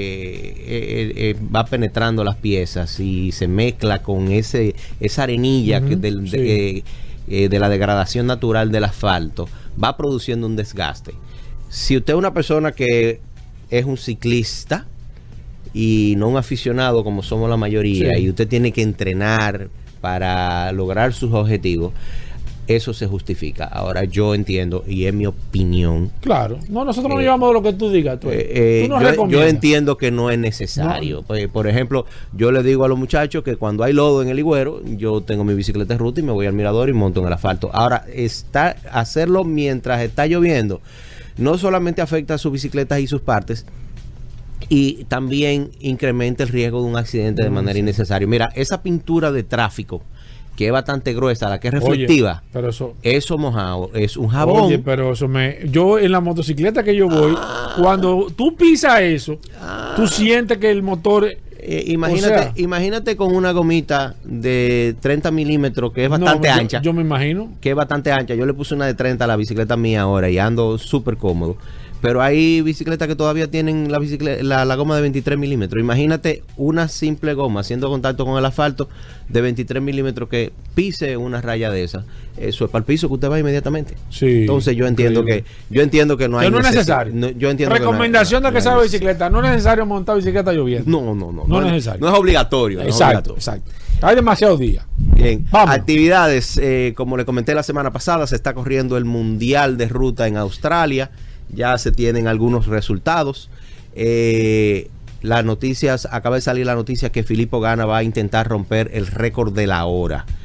va penetrando las piezas y se mezcla con esa arenilla de la degradación natural del asfalto, va produciendo un desgaste. Si usted es una persona que es un ciclista y no un aficionado como somos la mayoría, y usted tiene que entrenar para lograr sus objetivos, eso se justifica. Ahora yo entiendo, y es mi opinión. Claro, nosotros no llevamos de lo que tú digas. Tú yo entiendo que no es necesario. No. Por ejemplo, yo le digo a los muchachos que cuando hay lodo en el higuero, yo tengo mi bicicleta de ruta y me voy al mirador y monto en el asfalto. Ahora, hacerlo mientras está lloviendo no solamente afecta a sus bicicletas y sus partes, y también incrementa el riesgo de un accidente de manera innecesaria. Mira, esa pintura de tráfico que es bastante gruesa, la que es reflectiva, oye, pero eso mojado es un jabón. Oye, pero yo en la motocicleta que yo voy, cuando tú pisas eso, tú sientes que el motor... Imagínate con una gomita de 30 milímetros que es bastante ancha. Yo me imagino. Que es bastante ancha. Yo le puse una de 30 a la bicicleta mía ahora y ando súper cómodo. Pero hay bicicletas que todavía tienen la goma de 23 milímetros. Imagínate una simple goma haciendo contacto con el asfalto de 23 milímetros que pise una raya de esa. Eso es para el piso que usted va inmediatamente. Sí, entonces yo entiendo que no hay que no es necesario. Yo entiendo recomendación de que sabe bicicleta. No es necesario montar bicicleta lloviendo. No es necesario. No es obligatorio. Exacto. Hay demasiados días. Bien. Vamos. Actividades, como le comenté la semana pasada, se está corriendo el Mundial de Ruta en Australia. Ya se tienen algunos resultados. Las noticias, acaba de salir la noticia que Filippo Ganna va a intentar romper el récord de la hora.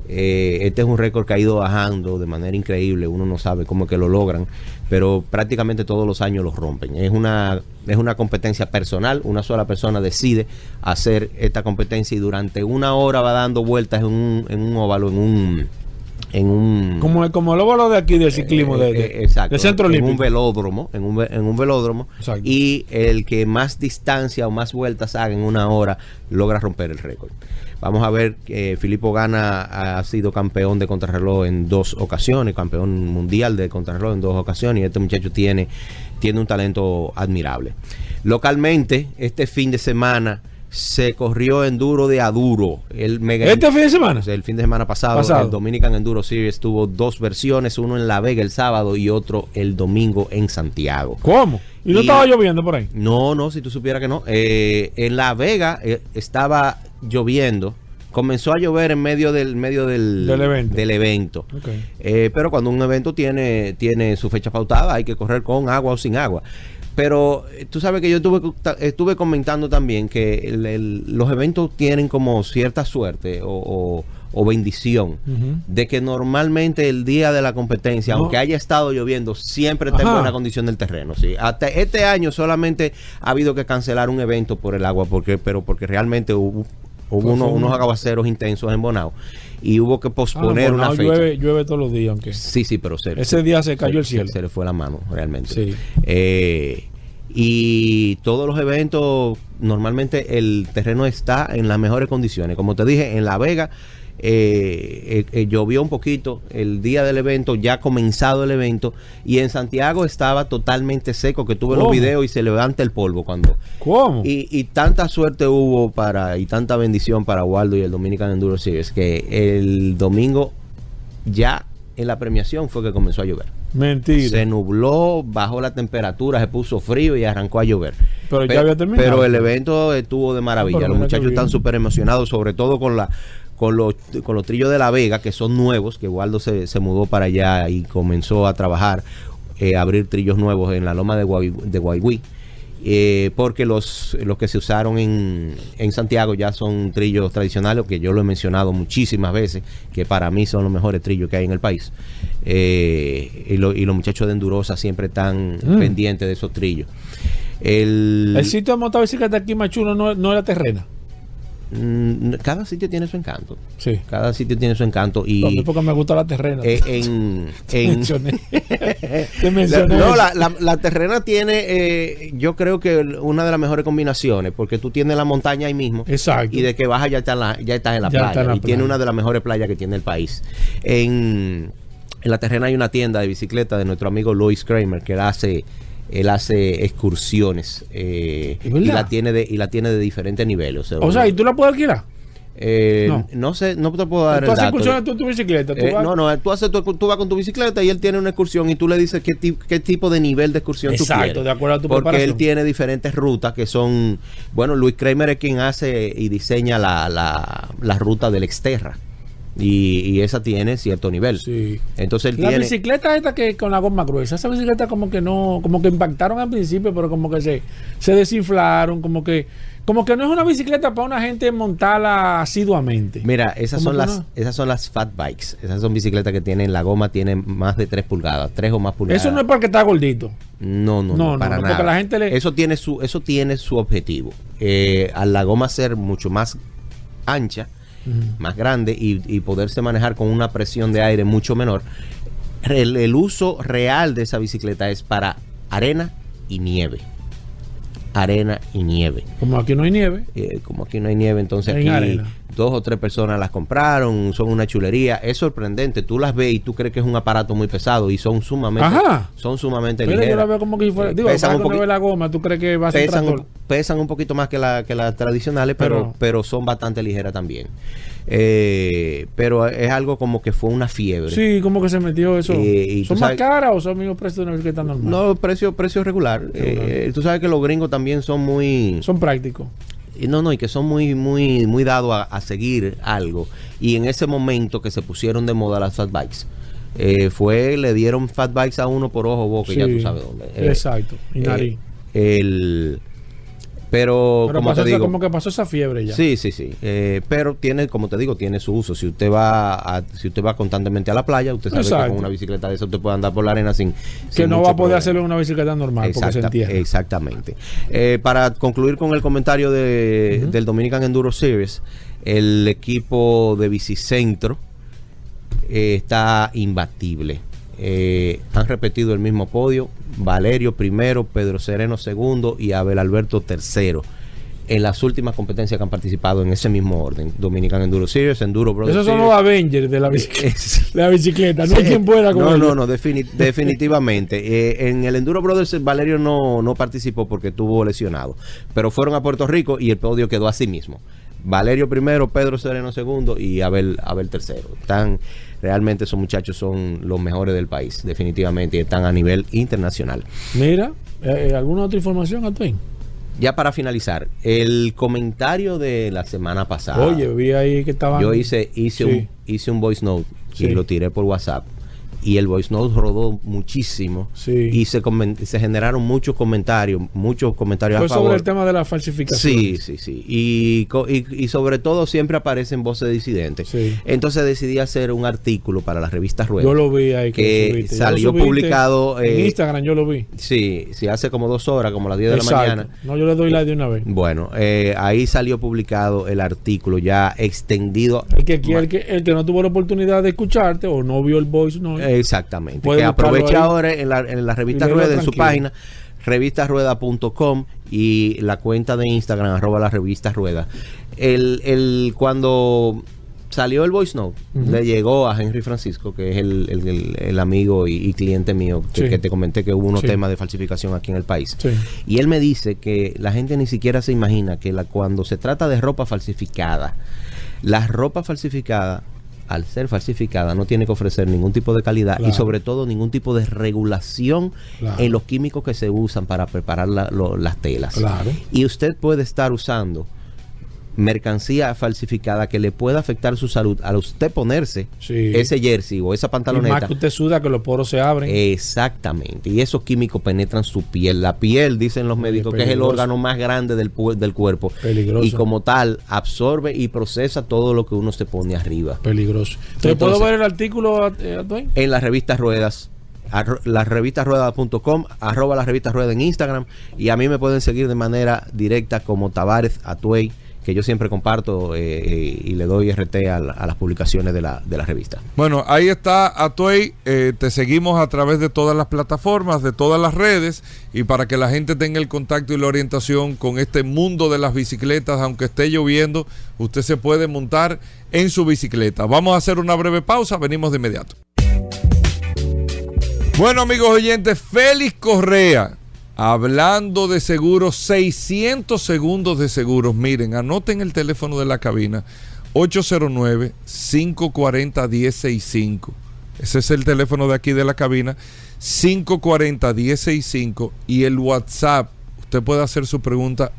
Este es un récord que ha ido bajando de manera increíble, uno no sabe cómo es que lo logran, pero prácticamente todos los años los rompen. Es una competencia personal, una sola persona decide hacer esta competencia y durante una hora va dando vueltas en un óvalo, como el óvalo de aquí del ciclismo exacto, del Centro Olímpico. En un velódromo, exacto. Y el que más distancia o más vueltas haga en una hora logra romper el récord. Vamos a ver que Filippo Ganna ha sido campeón de contrarreloj en 2 ocasiones, campeón mundial de contrarreloj en 2 ocasiones, y este muchacho tiene un talento admirable. Localmente, este fin de semana se corrió enduro de Aduro. ¿Este fin de semana? El fin de semana pasado. El Dominican Enduro Series tuvo 2 versiones, uno en La Vega el sábado y otro el domingo en Santiago. ¿Cómo? ¿Y no estaba lloviendo por ahí? No, si tú supieras que no. En La Vega estaba lloviendo. Comenzó a llover en medio del evento. Okay. Pero cuando un evento tiene su fecha pautada, hay que correr con agua o sin agua. Pero tú sabes que yo estuve comentando también que los eventos tienen como cierta suerte o bendición de que normalmente el día de la competencia, aunque haya estado lloviendo, siempre está en buena condición del terreno. ¿Sí? Hasta este año solamente ha habido que cancelar un evento por el agua, porque realmente hubo unos aguaceros intensos en Bonao y hubo que posponer una fecha. Llueve todos los días, aunque sí, pero ese día se cayó el cielo. Se le fue la mano realmente. Sí. Y todos los eventos, normalmente el terreno está en las mejores condiciones. Como te dije, en La Vega llovió un poquito el día del evento, ya comenzado el evento, y en Santiago estaba totalmente seco, que tuve los videos y se levanta el polvo cuando. ¿Cómo? Y tanta suerte hubo y tanta bendición para Waldo y el Dominican Enduro Series que el domingo ya en la premiación fue que comenzó a llover. Mentira. Se nubló, bajó la temperatura, se puso frío y arrancó a llover. Pero ya había terminado. Pero el evento estuvo de maravilla. Los muchachos están súper emocionados, sobre todo con los trillos de La Vega, que son nuevos, que Waldo se mudó para allá y comenzó a trabajar, abrir trillos nuevos en la loma de Guayguí. Porque los que se usaron en Santiago ya son trillos tradicionales, que yo lo he mencionado muchísimas veces, que para mí son los mejores trillos que hay en el país. Y los muchachos de Endurosa siempre están pendientes de esos trillos. El sitio de montar bicicleta aquí más chulo no es la terrena. Cada sitio tiene su encanto. Sí. Cada sitio tiene su encanto. Y porque me gusta la terrena. Te mencioné. La terrena tiene, yo creo que una de las mejores combinaciones, porque tú tienes la montaña ahí mismo. Exacto. Y de que bajas ya estás en la playa. Y tiene una de las mejores playas que tiene el país. En la terrena hay una tienda de bicicleta de nuestro amigo Luis Kramer, que él hace excursiones y la tiene de diferentes niveles. O sea, ¿y tú la puedes alquilar? No sé, no te puedo dar el dato. ¿Tú haces excursiones en tu bicicleta? Tú vas con tu bicicleta y él tiene una excursión y tú le dices qué tipo de nivel de excursión tú quieres. Exacto, de acuerdo a tu preparación. Porque él tiene diferentes rutas que son... Bueno, Luis Kramer es quien hace y diseña la ruta del Exterra. Y esa tiene cierto nivel. Sí. Entonces él la tiene... bicicleta esta que con la goma gruesa, esa bicicleta como que impactaron al principio, pero como que se desinflaron, como que no es una bicicleta para una gente montarla asiduamente. Mira, esas son las fat bikes. Esas son bicicletas que la goma tiene más de 3 pulgadas, 3 o más pulgadas. Eso no es para que está gordito. No, para nada. La gente eso tiene su objetivo. A la goma ser mucho más ancha, más grande y poderse manejar con una presión de aire mucho menor. El uso real de esa bicicleta es para arena y nieve. Como aquí no hay nieve. Entonces aquí 2 o 3 personas las compraron, son una chulería. Es sorprendente, tú las ves y tú crees que es un aparato muy pesado y son sumamente ligeras. Yo la veo como que fuera, pesan un la goma, tú crees que va a ser pesan un poquito más que las tradicionales, pero son bastante ligeras también. Pero es algo como que fue una fiebre. Sí, como que se metió eso. ¿Son más caras o son mismos precios de una bicicleta normal? No, precio regular. Tú sabes que los gringos también son prácticos. Y que son muy dados a seguir algo. Y en ese momento que se pusieron de moda las fat bikes, le dieron fat bikes a uno por ojo, boca, y ya tú sabes dónde. Exacto. Y nariz. Pero como pasó te digo, como que pasó esa fiebre ya. Sí. Pero tiene, como te digo, tiene su uso. Si usted va constantemente a la playa, usted sabe que con una bicicleta de esa usted puede andar por la arena sin no va a poder problema. hacerlo en una bicicleta normal porque se entierra. Exactamente. Para concluir con el comentario del Dominican Enduro Series, el equipo de Bicicentro está imbatible. Han repetido el mismo podio: Valerio primero, Pedro Sereno segundo y Abel Alberto tercero en las últimas competencias que han participado en ese mismo orden: Dominican Enduro Series, Enduro Brothers. Esos son los Avengers de la bicicleta. No hay quien pueda con ellos. No, definitivamente. En el Enduro Brothers Valerio no participó porque estuvo lesionado, pero fueron a Puerto Rico y el podio quedó así mismo: Valerio primero, Pedro Sereno segundo y Abel tercero. Realmente esos muchachos son los mejores del país, definitivamente, y están a nivel internacional. Mira, ¿alguna otra información, Antoine? Ya para finalizar, el comentario de la semana pasada. Oye, vi ahí que estaban. Yo hice un voice note y lo tiré por WhatsApp. Y el voice note rodó muchísimo. Y se generaron muchos comentarios a favor. Sobre el tema de la falsificación. Sí. Y sobre todo siempre aparecen voces disidentes. Entonces decidí hacer un artículo para la revista Rueda. Yo lo vi ahí que salió publicado en Instagram. Yo lo vi. Sí, hace como 2 horas, como las 10 de la mañana. No, yo le doy like de una vez. Bueno, ahí salió publicado el artículo ya extendido. El que no tuvo la oportunidad de escucharte o no vio el voice note. Exactamente. Que aprovecha ahora en la revista Rueda, en su página, revistasrueda.com, y la cuenta de Instagram, @la revista Rueda. Cuando salió el voice note, le llegó a Henry Francisco, que es el amigo y cliente mío, que te comenté que hubo unos temas de falsificación aquí en el país. Y él me dice que la gente ni siquiera se imagina que cuando se trata de ropa falsificada, la ropa falsificada, al ser falsificada, no tiene que ofrecer ningún tipo de calidad y sobre todo ningún tipo de regulación en los químicos que se usan para preparar las telas. Y usted puede estar usando mercancía falsificada que le pueda afectar su salud al usted ponerse ese jersey o esa pantaloneta. Y más que usted suda, que los poros se abren. Exactamente. Y esos químicos penetran su piel. La piel, dicen los médicos, que es el órgano más grande del cuerpo. Peligroso. Y como tal, absorbe y procesa todo lo que uno se pone arriba. Peligroso. Entonces, ¿puedo ver el artículo, Antoine? En las revistas Ruedas. Lasrevistasrueda.com, @la revista Rueda en Instagram, y a mí me pueden seguir de manera directa como Tavares Atuey, que yo siempre comparto y le doy RT a las publicaciones de la revista. Bueno, ahí está Atuey, te seguimos a través de todas las plataformas, de todas las redes, y para que la gente tenga el contacto y la orientación con este mundo de las bicicletas, aunque esté lloviendo, usted se puede montar en su bicicleta. Vamos a hacer una breve pausa, venimos de inmediato. Bueno, amigos oyentes, Félix Correa, hablando de seguros, 600 segundos de seguros. Miren, anoten el teléfono de la cabina, 809-540-1065. Ese es el teléfono de aquí de la cabina, 540-1065. Y el WhatsApp, usted puede hacer su pregunta,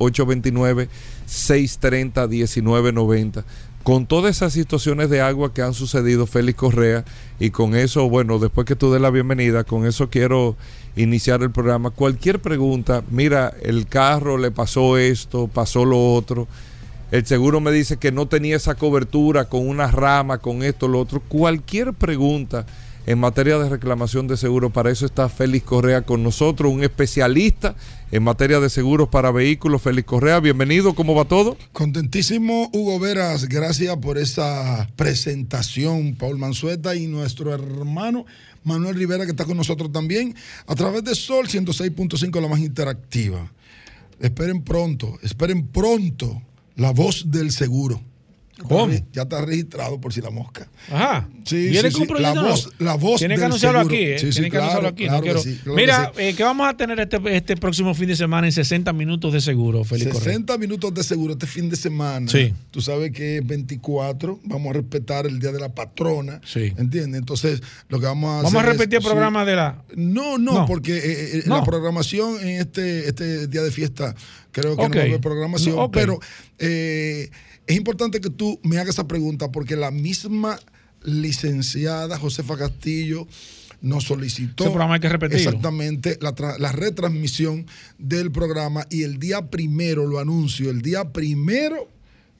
829-630-1990. Con todas esas situaciones de agua que han sucedido, Félix Correa, y con eso, bueno, después que tú des la bienvenida, con eso quiero iniciar el programa. Cualquier pregunta, mira, el carro le pasó esto, pasó lo otro, el seguro me dice que no tenía esa cobertura con una rama, con esto, lo otro. Cualquier pregunta en materia de reclamación de seguro, para eso está Félix Correa con nosotros, un especialista en materia de seguros para vehículos. Félix Correa, bienvenido, ¿cómo va todo? Contentísimo, Hugo Veras, gracias por esa presentación, Paul Manzueta, y nuestro hermano Manuel Rivera, que está con nosotros también, a través de Sol 106.5, la más interactiva. Esperen pronto, la voz del seguro. ¿Cómo? Ya está registrado, por si la mosca. Ajá. Sí, ¿Viene sí, con proyecto la voz Tiene que del anunciarlo seguro. aquí, ¿eh? Sí, Tiene que anunciarlo aquí. Claro, No quiero... sí, Mira, sí. ¿qué vamos a tener este próximo fin de semana en 60 minutos de seguro, Félix Correa? 60 minutos de seguro este fin de semana. Sí. Tú sabes que es 24, vamos a respetar el Día de la Patrona. Sí. ¿Entiendes? Entonces, lo que vamos a hacer ¿Vamos a repetir el sí. programa de la...? No, porque la programación en este día de fiesta, creo que no va a haber programación, pero... es importante que tú me hagas esa pregunta porque la misma licenciada Josefa Castillo nos solicitó ese programa hay que repetirlo. exactamente la retransmisión del programa, y el día primero, lo anuncio, el día primero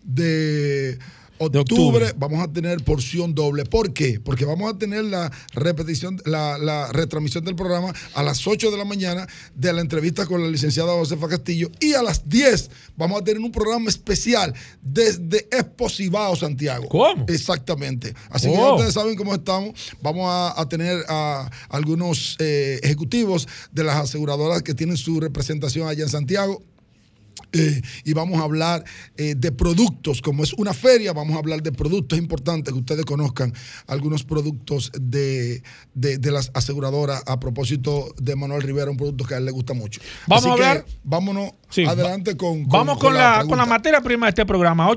de octubre vamos a tener porción doble. ¿Por qué? Porque vamos a tener la repetición, la retransmisión del programa a las 8 de la mañana de la entrevista con la licenciada Josefa Castillo, y a las 10 vamos a tener un programa especial desde Expo Cibao, Santiago. ¿Cómo? Exactamente. Así que ya ustedes saben cómo estamos. Vamos a tener a algunos ejecutivos de las aseguradoras que tienen su representación allá en Santiago. Y vamos a hablar de productos. Como es una feria, vamos a hablar de productos. Es importante que ustedes conozcan algunos productos de las aseguradoras. A propósito de Manuel Rivera, un producto que a él le gusta mucho. Vamos Así a hablar. Vámonos adelante con la materia prima de este programa.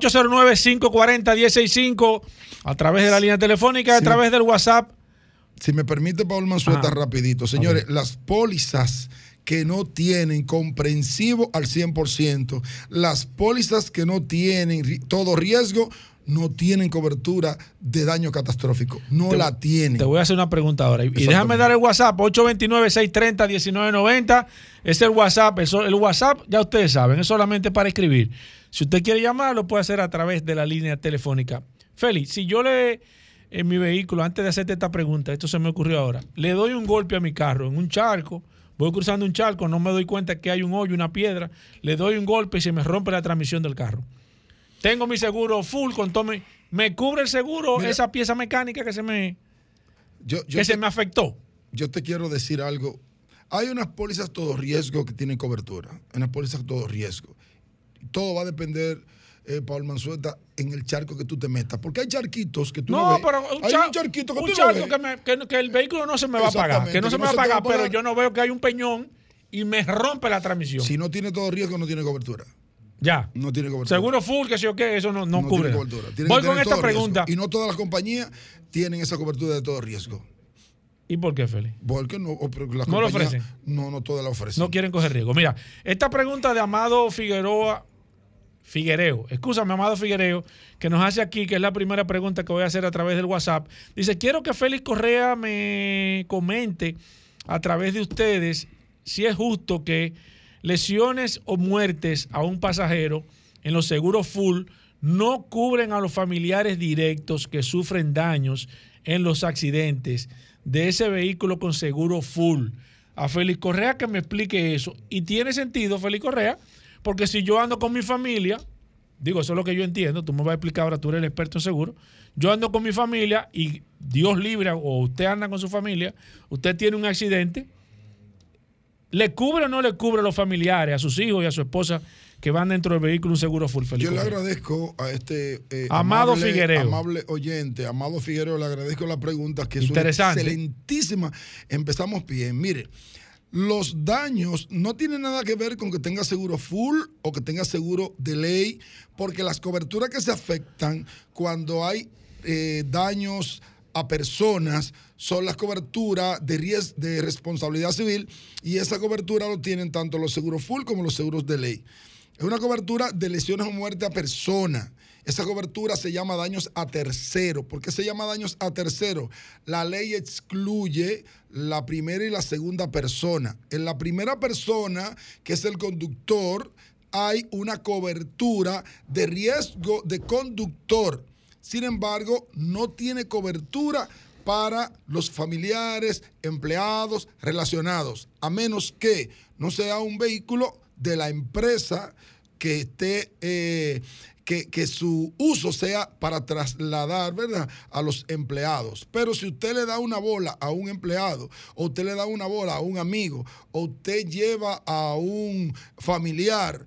809-540-165 a través de la línea telefónica, a través del WhatsApp. Si me permite, Paul Manzueta, rapidito. Señores, las pólizas que no tienen comprensivo al 100%, las pólizas que no tienen todo riesgo, no tienen cobertura de daño catastrófico. No la tienen. Te voy a hacer una pregunta ahora. Y déjame dar el WhatsApp, 829-630-1990. Es el WhatsApp. El WhatsApp, ya ustedes saben, es solamente para escribir. Si usted quiere llamar, lo puede hacer a través de la línea telefónica. Félix, si yo en mi vehículo, antes de hacerte esta pregunta, esto se me ocurrió ahora, le doy un golpe a mi carro en un charco, voy cruzando un charco, no me doy cuenta que hay un hoyo, una piedra, le doy un golpe y se me rompe la transmisión del carro. Tengo mi seguro full con todo ¿me cubre el seguro? Mira, esa pieza mecánica que se me afectó. Yo te quiero decir algo. Hay unas pólizas todo riesgo que tienen cobertura. Unas pólizas todo riesgo. Todo va a depender, Paul Manzueta, en el charco que tú te metas. Porque hay charquitos que tú no ves. Pero hay un charquito que un tú charco no ves. Que el vehículo no se me va a pagar. Que no se me va a pagar, pero yo no veo que hay un peñón y me rompe la transmisión. Si no tiene todo riesgo, no tiene cobertura. Ya. No tiene cobertura. Seguro full, que sí o qué, eso no cubre. Tiene cobertura. Voy con esta pregunta. Riesgo. Y no todas las compañías tienen esa cobertura de todo riesgo. ¿Y por qué, Félix? Porque no lo ofrecen. No todas la ofrecen. No quieren coger riesgo. Mira, esta pregunta de Amado Figuereo, excúsame, Amado Figuereo, que nos hace aquí, que es la primera pregunta que voy a hacer a través del WhatsApp. Dice, quiero que Félix Correa me comente a través de ustedes si es justo que lesiones o muertes a un pasajero en los seguros full no cubren a los familiares directos que sufren daños en los accidentes de ese vehículo con seguro full. A Félix Correa que me explique eso. Y tiene sentido, Félix Correa, porque si yo ando con mi familia, digo, eso es lo que yo entiendo, tú me vas a explicar ahora, tú eres el experto en seguro, yo ando con mi familia y Dios libre, o usted anda con su familia, usted tiene un accidente, ¿le cubre o no le cubre a los familiares, a sus hijos y a su esposa que van dentro del vehículo un seguro full? Félix Yo le Correa, agradezco a este Amado Figuereo, amable oyente, Amado Figuereo, le agradezco la pregunta, que es interesante, excelentísima. Empezamos bien. Mire, los daños no tienen nada que ver con que tenga seguro full o que tenga seguro de ley, porque las coberturas que se afectan cuando hay daños a personas son las coberturas de responsabilidad civil, y esa cobertura lo tienen tanto los seguros full como los seguros de ley. Es una cobertura de lesiones o muerte a persona. Esa cobertura se llama daños a tercero. ¿Por qué se llama daños a tercero? La ley excluye la primera y la segunda persona. En la primera persona, que es el conductor, hay una cobertura de riesgo de conductor. Sin embargo, no tiene cobertura para los familiares, empleados, relacionados, a menos que no sea un vehículo de la empresa que esté, que su uso sea para trasladar, ¿verdad?, a los empleados. Pero si usted le da una bola a un empleado, o usted le da una bola a un amigo, o usted lleva a un familiar,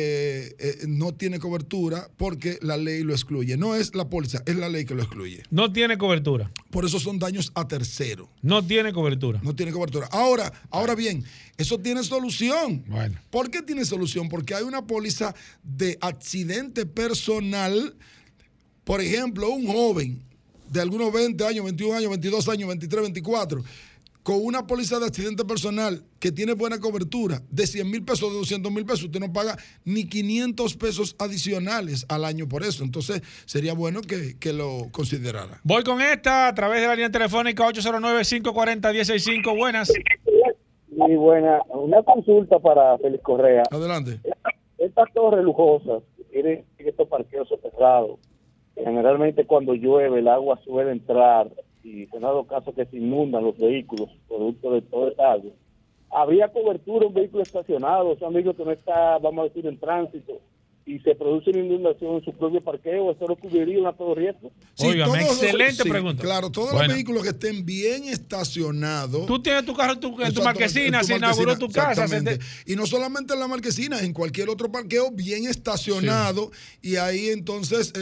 no tiene cobertura, porque la ley lo excluye. No es la póliza, es la ley que lo excluye. No tiene cobertura. Por eso son daños a tercero. No tiene cobertura. No tiene cobertura. Ahora bien, eso tiene solución. Bueno. ¿Por qué tiene solución? Porque hay una póliza de accidente personal. Por ejemplo, un joven de algunos 20 años, 21 años, 22 años, 23, 24, con una póliza de accidente personal que tiene buena cobertura de 100 mil pesos, de 200 mil pesos, usted no paga ni 500 pesos adicionales al año por eso. Entonces, sería bueno que lo considerara. Voy con esta a través de la línea telefónica 809-540-165. Buenas. Muy buena. Una consulta para Félix Correa. Adelante. Estas torres lujosas tienen estos parqueos cerrados. Generalmente cuando llueve el agua suele entrar y se han dado casos que se inundan los vehículos producto de todo esta agua. ¿Habría cobertura un vehículo estacionado, o sea, un vehículo que no está, vamos a decir, en tránsito, y se produce una inundación en su propio parqueo? ¿Eso no cubriría a todo riesgo? Sí, Óigame, excelente pregunta. Claro, todos los vehículos que estén bien estacionados. Tú tienes tu carro en tu marquesina, se inauguró tu casa. Y no solamente en la marquesina, en cualquier otro parqueo bien estacionado, y ahí entonces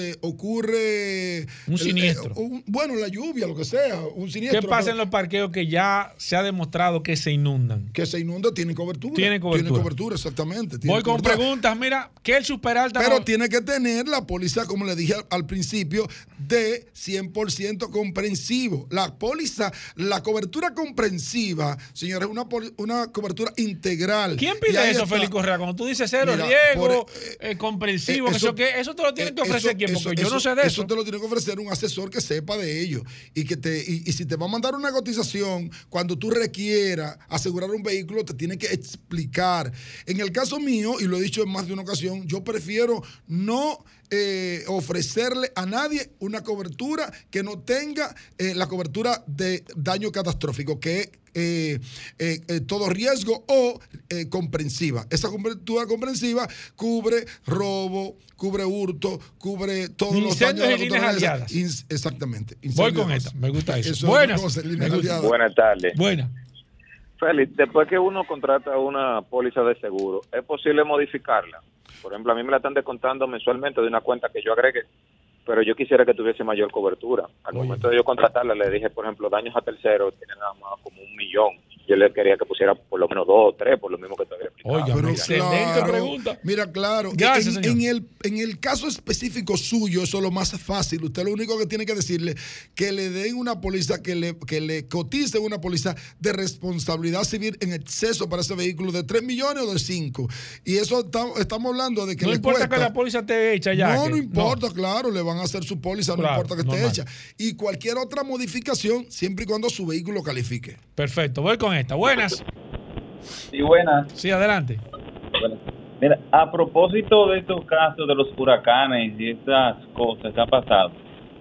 ocurre un siniestro. La lluvia, lo que sea, un siniestro. ¿Qué pasa en los parqueos que ya se ha demostrado que se inundan? Que se inundan, tienen cobertura. Tienen cobertura, exactamente. Voy con preguntas, mira, ¿qué el superalta? Pero tiene que tener la póliza, como le dije al principio, de 100% comprensivo. La póliza, la cobertura comprensiva, señores, es una cobertura integral. ¿Quién pide eso, Félix Correa? Cuando tú dices cero riesgo, comprensivo, eso te lo tiene que ofrecer quién, porque yo no sé de eso. Eso te lo tiene que ofrecer un asesor que sepa de ello. Y si te va a mandar una cotización, cuando tú requieras asegurar un vehículo, te tiene que explicar. En el caso mío, y lo he dicho en más de una ocasión, yo prefiero no ofrecerle a nadie una cobertura que no tenga la cobertura de daño catastrófico, que es todo riesgo o comprensiva. Esa cobertura comprensiva cubre robo, cubre hurto, cubre todos los daños de la líneas aliadas. Exactamente. Voy con esta, me gusta eso. Buenas tardes. Buenas. Félix, después que uno contrata una póliza de seguro, ¿es posible modificarla? Por ejemplo, a mí me la están descontando mensualmente de una cuenta que yo agregue, pero yo quisiera que tuviese mayor cobertura. Al momento de yo contratarla, le dije, por ejemplo, daños a terceros tienen nada más como 1 millón. Yo le quería que pusiera por lo menos 2 o 3, por lo mismo que te había explicado. Oiga, pero excelente pregunta. Mira, claro. Gracias, señor. En el caso específico suyo, eso es lo más fácil. Usted lo único que tiene que decirle que le den una póliza, que le cotice una póliza de responsabilidad civil en exceso para ese vehículo de 3 millones o de 5. Y eso estamos hablando de que no le importa cuesta. Que la póliza esté hecha ya. No importa, claro, le van a hacer su póliza, claro, no importa que esté hecha. Y cualquier otra modificación, siempre y cuando su vehículo califique. Perfecto, voy con esta. Buenas. Sí, buenas. Sí, adelante. Bueno, mira, a propósito de estos casos de los huracanes y estas cosas que han pasado,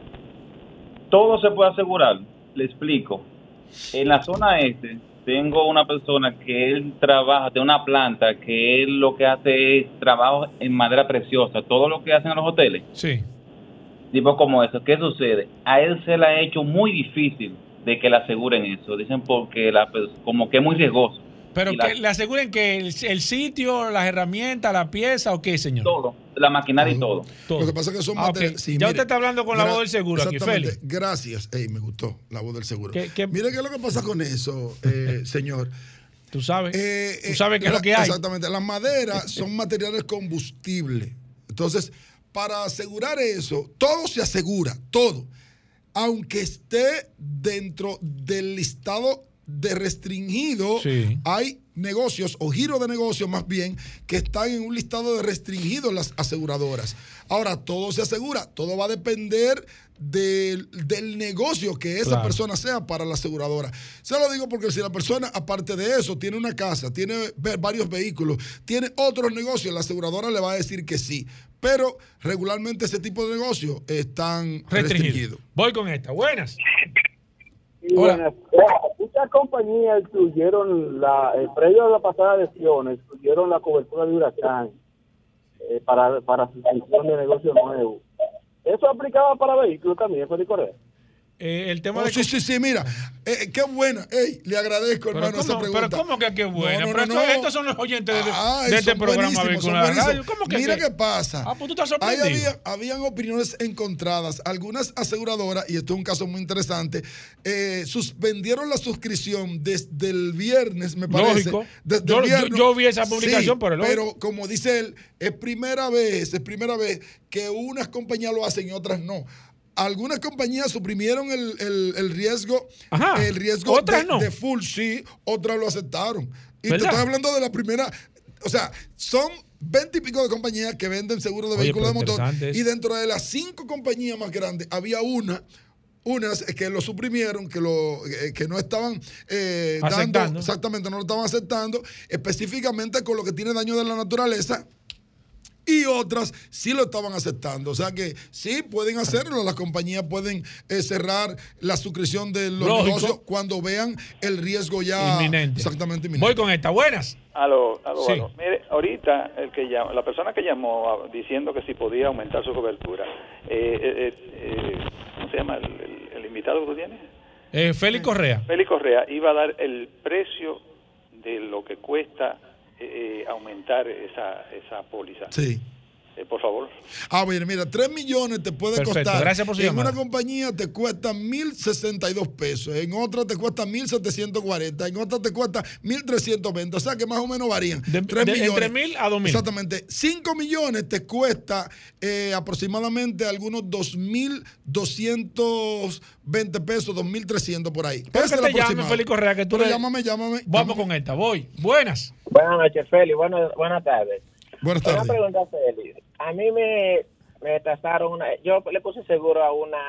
todo se puede asegurar. Le explico. En la zona este tengo una persona que él trabaja, tiene una planta que él lo que hace es trabajo en madera preciosa, todo lo que hacen en los hoteles. Sí. Tipo como eso. ¿Qué sucede? A él se le ha hecho muy difícil de que le aseguren eso. Dicen porque como que es muy riesgoso. Pero que le aseguren que el sitio, las herramientas, la pieza o qué, señor. Todo, la maquinaria y todo. Lo que pasa es que son materiales. Okay. Sí, ya usted está hablando con la voz del seguro aquí, Félix. Gracias. Me gustó la voz del seguro. Mire qué es lo que pasa con eso, señor. Tú sabes qué es lo que hay. Exactamente. Las maderas son materiales combustibles. Entonces, para asegurar eso, todo se asegura, todo. Aunque esté dentro del listado de restringido, sí. Hay negocios o giros de negocios más bien que están en un listado de restringidos las aseguradoras. Ahora, todo se asegura, todo va a depender del negocio que esa persona sea para la aseguradora. Se lo digo porque si la persona, aparte de eso, tiene una casa, tiene varios vehículos, tiene otros negocios, la aseguradora le va a decir que sí. Pero regularmente ese tipo de negocios están restringidos. Voy con esta. Buenas. Sí, buenas. Muchas compañías incluyeron previo a la pasada elección, incluyeron la cobertura de huracán para suscripción de negocios nuevos. ¿Eso aplicaba para vehículos también, Félix Correa? El tema de... Sí, mira, qué buena. Le agradezco, hermano, esa pregunta. Pero ¿cómo que qué buena? Estos son los oyentes de este programa Vehículos Radio. ¿Cómo que mira qué pasa. Pues tú estás sorprendido. Habían opiniones encontradas. Algunas aseguradoras, y esto es un caso muy interesante, suspendieron la suscripción desde el viernes, me parece. Lógico. Yo vi esa publicación, sí, pero como dice él, es primera vez que unas compañías lo hacen y otras no. algunas compañías suprimieron el riesgo, Ajá. el riesgo Otras no. de full, sí, otras lo aceptaron. Y ¿Verdad? te estoy hablando de la primera, o sea, son 20 y pico de compañías que venden seguros de Oye, vehículos de pero motor. interesante Y eso. dentro de las 5 compañías más grandes había unas que lo suprimieron, que no estaban dando, Aceptando. exactamente, no lo estaban aceptando, específicamente con lo que tiene daño de la naturaleza. Y otras sí lo estaban aceptando. O sea que sí pueden hacerlo. Las compañías pueden cerrar la suscripción de los Lógico. negocios cuando vean el riesgo ya Inminente. exactamente inminente. Voy con esta. Buenas. Aló, Sí. aló. Mire, ahorita la persona que llamó diciendo que si podía aumentar su cobertura, ¿cómo se llama el invitado que tú tienes? Félix Correa. Félix Correa iba a dar el precio de lo que cuesta aumentar esa póliza. Sí. Por favor. Bueno, mira, 3 millones te puede Perfecto, costar. gracias por su en llamada. una compañía te cuesta 1,062 pesos, en otra te cuesta 1,740, en otra te cuesta 1,320. O sea que más o menos varían. 3 millones. Entre 1,000 a 2,000. Exactamente. 5 millones te cuesta aproximadamente algunos 2,220 pesos, 2,300 por ahí. Pero Ese que es el te llame aproximado. Félix Correa, que tú Pero le- llámame. Vamos con esta. Voy. Buenas. Buenas noches, Félix. Buenas tardes. Buenas Una tardes. pregunta, Félix. A mí me tasaron yo le puse seguro a una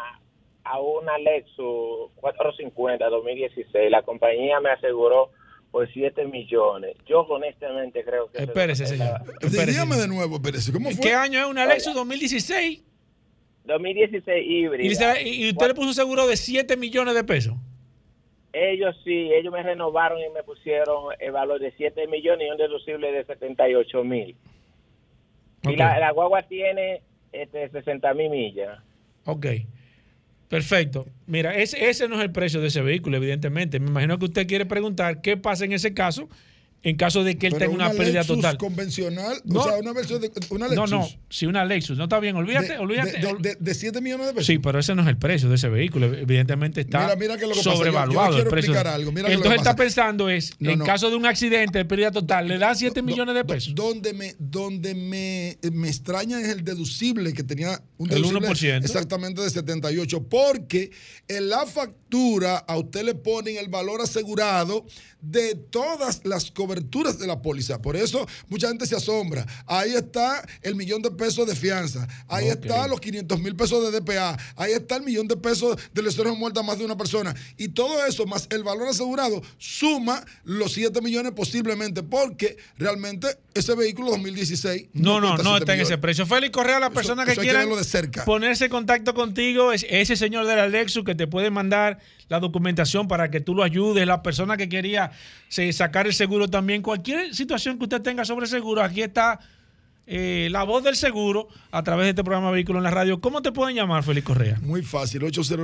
Lexus 450 2016. La compañía me aseguró por 7 millones. Yo honestamente creo que... Espérese, señor. Dígame de nuevo, espérese. ¿Cómo fue? ¿Qué año es una Lexus 2016? 2016 híbrida. Y usted le puso un seguro de 7 millones de pesos. Ellos me renovaron y me pusieron el valor de 7 millones y un deducible de 78,000. Ok. Y la guagua tiene 60,000 millas. Ok. Perfecto. Mira, ese no es el precio de ese vehículo, evidentemente. Me imagino que usted quiere preguntar qué pasa en ese caso, en caso de que él Pero tenga una pérdida Lexus total. convencional, No. o sea, una versión de una Lexus. No, si una Lexus. No está bien, olvídate. De 7 millones de pesos. Sí, pero ese no es el precio de ese vehículo. Evidentemente está Mira que lo que pasa, sobrevaluado yo el quiero precio. explicar algo. Mira que lo Entonces que él está pasa. pensando en caso de un accidente de pérdida total, le dan 7 millones de pesos. Donde me extraña es el deducible que tenía un El deducible 1%. exactamente de 78, porque en la factura a usted le ponen el valor asegurado de todas las coberturas de la póliza. Por eso mucha gente se asombra. Ahí está el $1,000,000 de fianza. Ahí está los 500,000 pesos de DPA. Ahí está el $1,000,000 de lesiones muertas a más de una persona. Y todo eso más el valor asegurado suma los 7 millones posiblemente, porque realmente ese vehículo 2016 No cuesta 7 está en ese millones. precio. Félix Correa, la persona que eso hay que quiera verlo de cerca. ponerse en contacto contigo es ese señor de la Lexus que te puede mandar la documentación para que tú lo ayudes. La persona que quería sacar el seguro también. Cualquier situación que usted tenga sobre seguro, aquí está la voz del seguro a través de este programa Vehículos en la Radio. ¿Cómo te pueden llamar, Félix Correa? Muy fácil,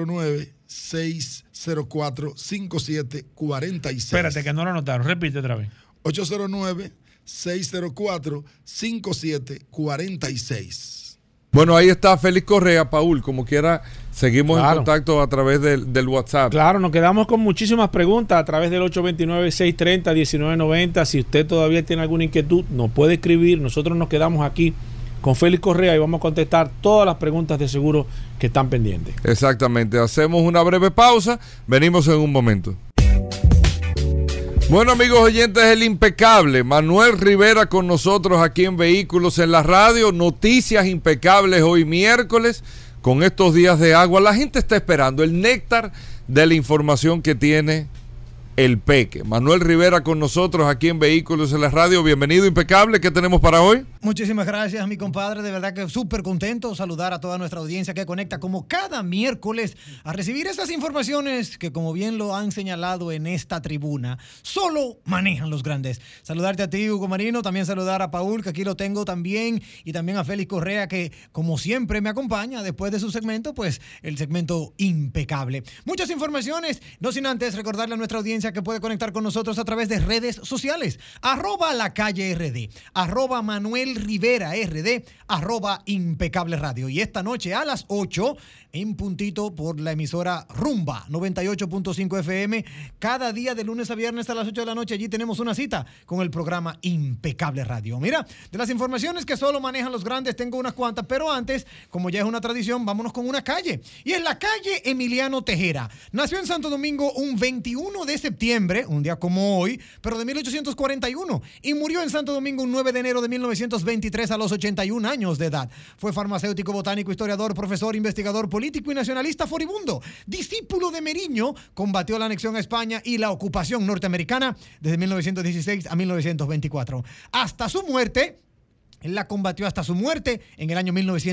809-604-5746. Espérate, que no lo anotaron. Repite otra vez. 809-604-5746. Bueno, ahí está Félix Correa, Paul, como quiera, seguimos Claro. en contacto a través del WhatsApp. Claro, nos quedamos con muchísimas preguntas a través del 829-630-1990. Si usted todavía tiene alguna inquietud, nos puede escribir. Nosotros nos quedamos aquí con Félix Correa y vamos a contestar todas las preguntas de seguro que están pendientes. Exactamente, hacemos una breve pausa, venimos en un momento. Bueno, amigos oyentes, el impecable Manuel Rivera con nosotros aquí en Vehículos en la Radio. Noticias impecables hoy miércoles con estos días de agua. La gente está esperando el néctar de la información que tiene el Peque. Manuel Rivera con nosotros aquí en Vehículos en la Radio. Bienvenido, impecable. ¿Qué tenemos para hoy? Muchísimas gracias, mi compadre. De verdad que súper contento de saludar a toda nuestra audiencia que conecta como cada miércoles a recibir estas informaciones que, como bien lo han señalado en esta tribuna, solo manejan los grandes. Saludarte a ti, Hugo Marino, también saludar a Paul, que aquí lo tengo también, y también a Félix Correa, que como siempre me acompaña después de su segmento, pues el segmento impecable. Muchas informaciones, no sin antes recordarle a nuestra audiencia audiencia que puede conectar con nosotros a través de redes sociales. @LaCalleRD, @Manuel Rivera RD, @Impecable Radio. Y esta noche a las 8, en puntito por la emisora Rumba 98.5 FM, cada día de lunes a viernes a las 8 de la noche, allí tenemos una cita con el programa Impecable Radio. Mira, de las informaciones que solo manejan los grandes, tengo unas cuantas, pero antes, como ya es una tradición, vámonos con una calle. Y es la calle Emiliano Tejera. Nació en Santo Domingo un 21 de septiembre, un día como hoy, pero de 1841, y murió en Santo Domingo un 9 de enero de 1923 a los 81 años de edad. Fue farmacéutico, botánico, historiador, profesor, investigador, político y nacionalista furibundo. Discípulo de Meriño, combatió la anexión a España y la ocupación norteamericana desde 1916 a 1924. Hasta su muerte, él la combatió hasta su muerte en el año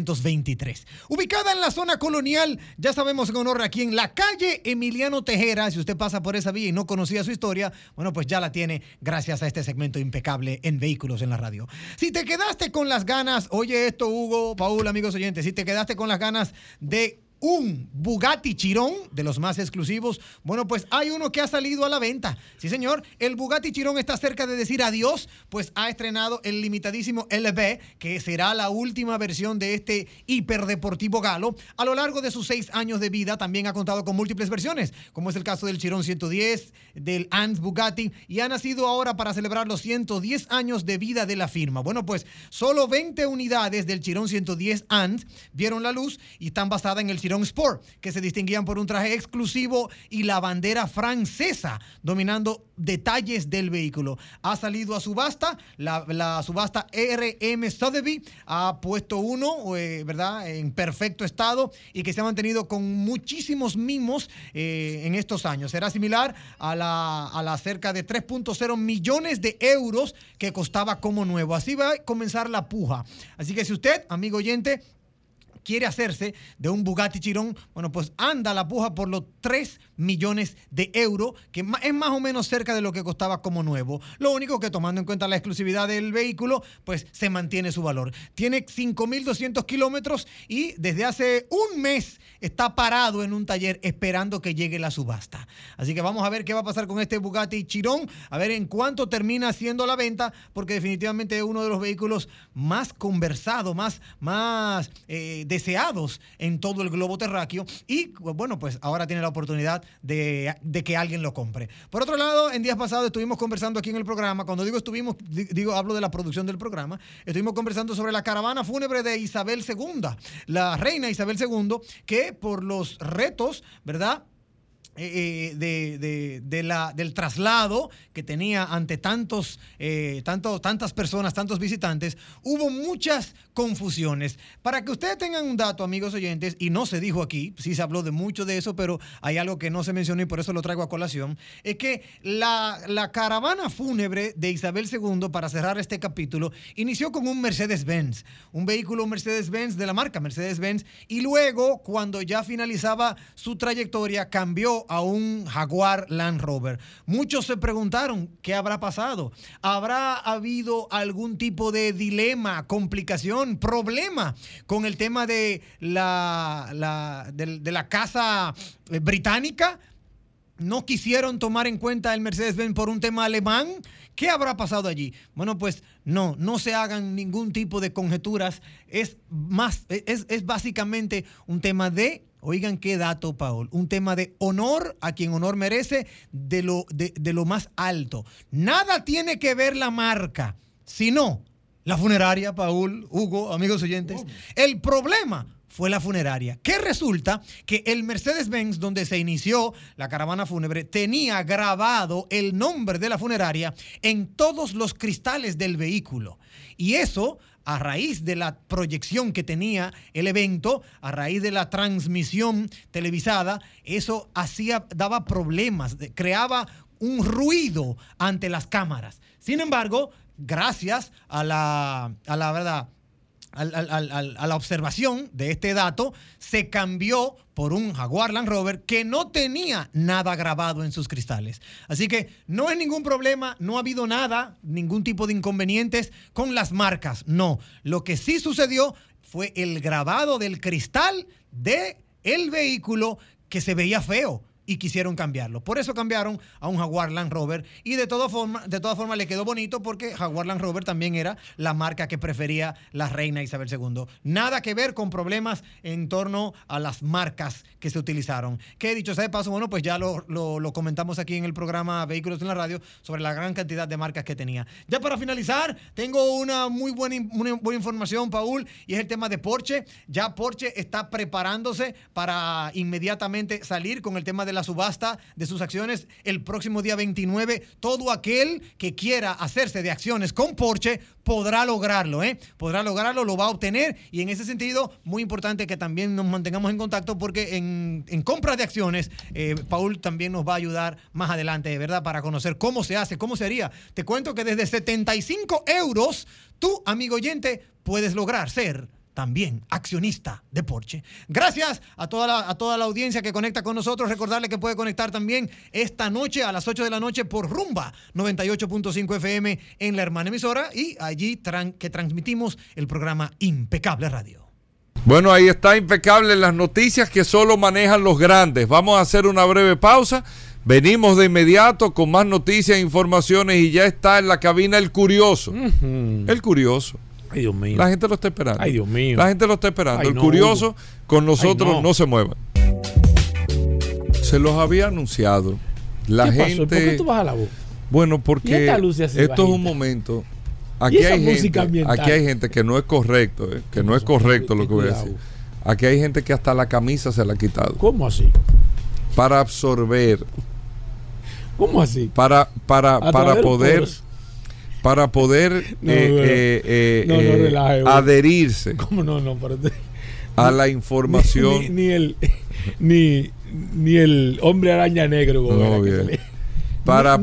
1923. Ubicada en la zona colonial, ya sabemos en honor aquí en la calle Emiliano Tejera. Si usted pasa por esa vía y no conocía su historia, bueno, pues ya la tiene gracias a este segmento impecable en Vehículos en la Radio. Si te quedaste con las ganas, oye esto, Hugo, Paul, amigos oyentes, si te quedaste con las ganas de un Bugatti Chiron, de los más exclusivos, bueno, pues hay uno que ha salido a la venta. Sí, señor, el Bugatti Chiron está cerca de decir adiós, pues ha estrenado el limitadísimo LB, que será la última versión de este hiperdeportivo galo. A lo largo de sus 6 años de vida también ha contado con múltiples versiones, como es el caso del Chiron 110, del Ant Bugatti, y ha nacido ahora para celebrar los 110 años de vida de la firma. Bueno, pues solo 20 unidades del Chiron 110 Ant vieron la luz y están basadas en el Chiron Sport, que se distinguían por un traje exclusivo y la bandera francesa dominando detalles del vehículo. Ha salido a subasta, la subasta RM Sotheby's ha puesto uno, ¿verdad?, en perfecto estado y que se ha mantenido con muchísimos mimos en estos años. Será similar a la cerca de 3.0 millones de euros que costaba como nuevo. Así va a comenzar la puja. Así que si usted, amigo oyente, quiere hacerse de un Bugatti Chiron, bueno, pues anda la puja por los 3 millones de euros, que es más o menos cerca de lo que costaba como nuevo. Lo único que, tomando en cuenta la exclusividad del vehículo, pues se mantiene su valor. Tiene 5.200 kilómetros y desde hace un mes está parado en un taller esperando que llegue la subasta. Así que vamos a ver qué va a pasar con este Bugatti Chiron, a ver en cuánto termina haciendo la venta, porque definitivamente es uno de los vehículos más conversados, más deseados en todo el globo terráqueo, y bueno, pues ahora tiene la oportunidad de que alguien lo compre. Por otro lado, en días pasados estuvimos conversando aquí en el programa. Cuando digo estuvimos, hablo de la producción del programa. Estuvimos conversando sobre la caravana fúnebre de Isabel II, la reina Isabel II, que por los retos, ¿verdad?, del traslado que tenía ante tantas personas, tantos visitantes, hubo muchas confusiones. Para que ustedes tengan un dato, amigos oyentes, y no se dijo aquí, sí se habló de mucho de eso, pero hay algo que no se mencionó y por eso lo traigo a colación, es que la caravana fúnebre de Isabel II, para cerrar este capítulo, inició con un Mercedes-Benz, un vehículo Mercedes-Benz de la marca Mercedes-Benz, y luego, cuando ya finalizaba su trayectoria, cambió a un Jaguar Land Rover. Muchos se preguntaron qué habrá pasado. ¿Habrá habido algún tipo de dilema, complicación, problema con el tema de la casa británica? ¿No quisieron tomar en cuenta el Mercedes-Benz por un tema alemán? ¿Qué habrá pasado allí? Bueno, pues no se hagan ningún tipo de conjeturas. Es básicamente un tema de, oigan qué dato, Paul, un tema de honor a quien honor merece, de lo más alto. Nada tiene que ver la marca, sino la funeraria, Paul, Hugo, amigos oyentes. El problema fue la funeraria, que resulta que el Mercedes-Benz, donde se inició la caravana fúnebre, tenía grabado el nombre de la funeraria en todos los cristales del vehículo. Y eso, a raíz de la proyección que tenía el evento, a raíz de la transmisión televisada, eso daba problemas, creaba un ruido ante las cámaras. Sin embargo, gracias a la verdad, a la observación de este dato, se cambió por un Jaguar Land Rover que no tenía nada grabado en sus cristales. Así que no es ningún problema, no ha habido nada, ningún tipo de inconvenientes con las marcas. No, lo que sí sucedió fue el grabado del cristal del vehículo, que se veía feo. y quisieron cambiarlo. Por eso cambiaron a un Jaguar Land Rover y de todas formas le quedó bonito porque Jaguar Land Rover también era la marca que prefería la reina Isabel II. Nada que ver con problemas en torno a las marcas que se utilizaron. Que dicho sea de paso, bueno, pues ya lo comentamos aquí en el programa Vehículos en la Radio sobre la gran cantidad de marcas que tenía. Ya para finalizar, tengo una muy buena información, Paul, y es el tema de Porsche. Ya Porsche está preparándose para inmediatamente salir con el tema de la subasta de sus acciones el próximo día 29. Todo aquel que quiera hacerse de acciones con Porsche podrá lograrlo, podrá lograrlo, lo va a obtener, y en ese sentido muy importante que también nos mantengamos en contacto porque en compras de acciones Paul también nos va a ayudar más adelante, de verdad, para conocer cómo se hace, cómo se haría. Te cuento que desde 75 euros tú, amigo oyente, puedes lograr ser también accionista de Porsche. Gracias a toda la audiencia que conecta con nosotros. Recordarle que puede conectar también esta noche a las 8 de la noche por Rumba 98.5 FM en la hermana emisora, y allí que transmitimos el programa Impecable Radio. Bueno, ahí está Impecable, las noticias que solo manejan los grandes. Vamos a hacer una breve pausa. Venimos de inmediato con más noticias e informaciones, y ya está en la cabina el curioso. El curioso. Ay, Dios mío. La gente lo está esperando. Ay, Dios mío. La gente lo está esperando. Ay, el no, curioso Hugo. con nosotros. Ay, no se muevan. Se los había anunciado. La ¿Qué gente. pasó? ¿Por qué tú bajas la voz? Bueno, ¿Y porque esta luz así esto bajita? es un momento. ¿Y Aquí esa hay música gente. ambiental? Aquí hay gente que no es correcto, que no es correcto lo que voy a decir. Aquí hay gente que hasta la camisa se la ha quitado. ¿Cómo así? Para absorber. ¿Cómo así? Para poder. Poros. Para poder No, relaje, adherirse. ¿Cómo no? Espérate. A la información. Ni el hombre araña negro. No, bien. Para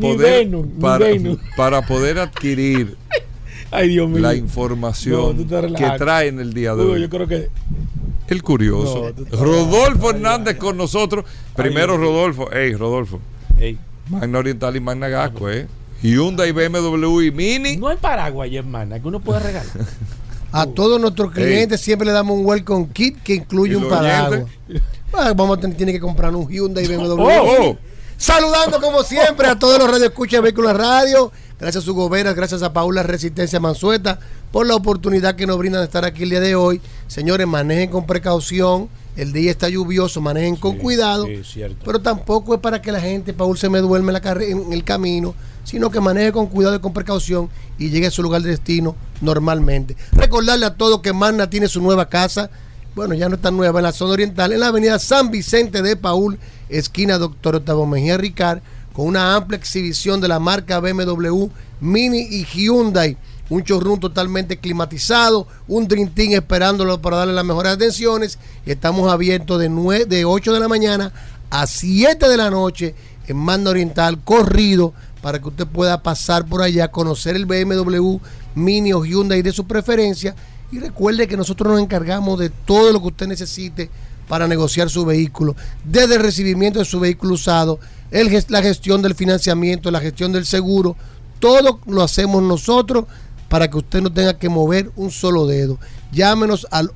poder adquirir ay, Dios mío, la información que trae en el día de hoy. Yo creo que el curioso. Rodolfo Hernández con nosotros. Primero, Rodolfo. Rodolfo. Magna Oriental y Magna Gasco, Hyundai, BMW y Mini. No hay Paraguay, hermana, que uno puede regalar. A todos nuestros clientes siempre le damos un welcome kit que incluye un paraguas. Tiene que comprar un Hyundai BMW. Saludando como siempre a todos los radioescuchas de Vehículos Radio. Gracias a Hugo Veras, gracias a Paula Resistencia Mansueta por la oportunidad que nos brindan de estar aquí el día de hoy. Señores, manejen con precaución. El día está lluvioso, manejen con cuidado. Pero tampoco es para que la gente, Paul, se me duerme en el camino, sino que maneje con cuidado y con precaución y llegue a su lugar de destino normalmente. Recordarle a todos que Magna tiene su nueva casa. Bueno, ya no está nueva, en la zona oriental, en la avenida San Vicente de Paúl, esquina Doctor Octavio Mejía Ricard, con una amplia exhibición de la marca BMW, Mini y Hyundai. Un showroom totalmente climatizado, un Dream Team esperándolo para darle las mejores atenciones. Y estamos abiertos de 8 de la mañana a 7 de la noche en Magna Oriental, corrido, para que usted pueda pasar por allá, conocer el BMW, Mini o Hyundai de su preferencia. Y recuerde que nosotros nos encargamos de todo lo que usted necesite para negociar su vehículo, desde el recibimiento de su vehículo usado, la gestión del financiamiento, la gestión del seguro, todo lo hacemos nosotros para que usted no tenga que mover un solo dedo. Llámenos al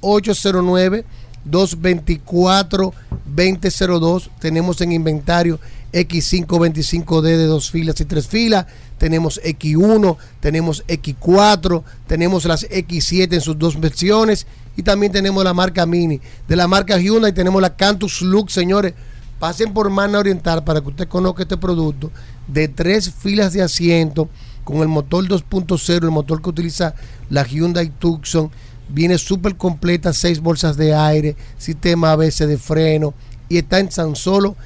809-224-2002. Tenemos en inventario X525D de 2 filas y 3 filas. Tenemos X1, tenemos X4, tenemos las X7 en sus 2 versiones. Y también tenemos la marca Mini. De la marca Hyundai tenemos la Cantus Lux, señores. Pasen por Magna Oriental para que usted conozca este producto de 3 filas de asiento con el motor 2.0, el motor que utiliza la Hyundai Tucson. Viene súper completa, 6 bolsas de aire, sistema ABS de freno, y está en tan solo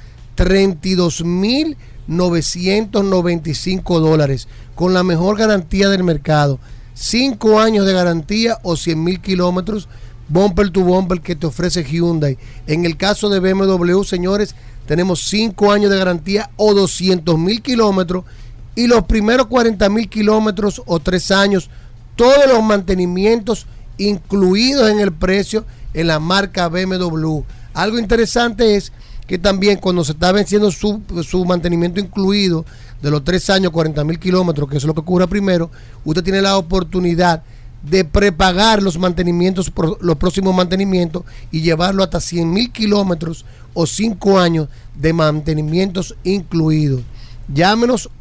$32,995 con la mejor garantía del mercado. 5 años de garantía o 100,000 kilómetros bumper to bumper que te ofrece Hyundai. En el caso de BMW, señores, tenemos 5 años de garantía o 200,000 kilómetros, y los primeros 40,000 kilómetros o 3 años, todos los mantenimientos incluidos en el precio en la marca BMW. Algo interesante es que también cuando se está venciendo su mantenimiento incluido de los 3 años, 40,000 kilómetros, que es lo que cubra primero, usted tiene la oportunidad de prepagar los mantenimientos, los próximos mantenimientos y llevarlo hasta 100,000 kilómetros o 5 años de mantenimientos incluidos. Llámenos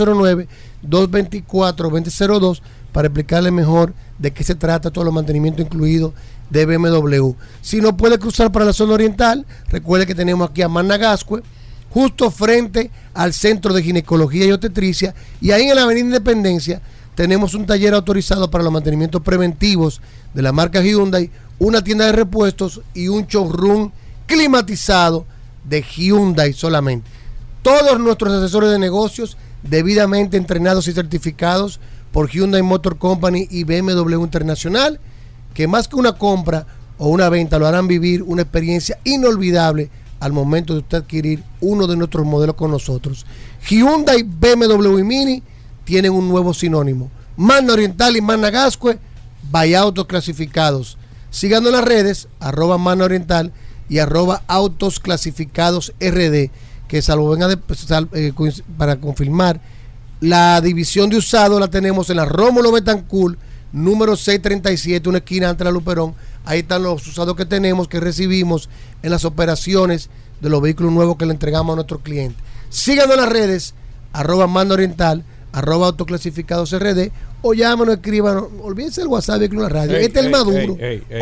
809-224-2002 para explicarle mejor de qué se trata todos los mantenimientos incluidos de BMW. Si no puede cruzar para la zona oriental, recuerde que tenemos aquí a Managascue, justo frente al Centro de Ginecología y Obstetricia, y ahí en la Avenida Independencia tenemos un taller autorizado para los mantenimientos preventivos de la marca Hyundai, una tienda de repuestos y un showroom climatizado de Hyundai solamente. Todos nuestros asesores de negocios debidamente entrenados y certificados por Hyundai Motor Company y BMW Internacional, que más que una compra o una venta lo harán vivir una experiencia inolvidable al momento de usted adquirir uno de nuestros modelos con nosotros. Hyundai, BMW y Mini tienen un nuevo sinónimo: Magna Oriental y Magna Gascue, by Autos Clasificados. Síganos en las redes, @Magna Oriental y @Autos Clasificados RD, que salvo venga para confirmar, la división de usado la tenemos en la Rómulo Betancourt, número 637, una esquina ante la Luperón. Ahí están los usados que tenemos, que recibimos en las operaciones de los vehículos nuevos que le entregamos a nuestros clientes. Síganos en las redes, @Magna Oriental, @Autoclasificados RD, o llámanos, escríbanos. Olvídense el WhatsApp de la radio. Este es el Maduro.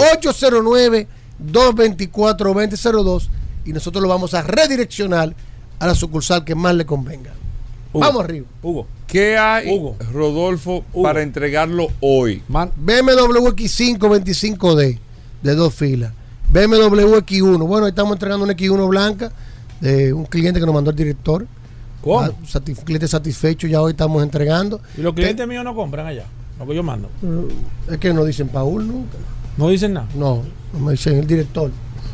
809-224-2002, y nosotros lo vamos a redireccionar a la sucursal que más le convenga. Hugo, vamos arriba. Hugo, ¿qué hay, Rodolfo, para entregarlo hoy? BMW X5 25D de 2 filas. BMW X1. Bueno, estamos entregando una X1 blanca de un cliente que nos mandó el director. ¿Cómo? Cliente satisfecho, ya hoy estamos entregando. ¿Y los clientes míos no compran allá? Lo que yo mando. Es que no dicen Paul nunca. ¿No dicen nada? No me dicen el director.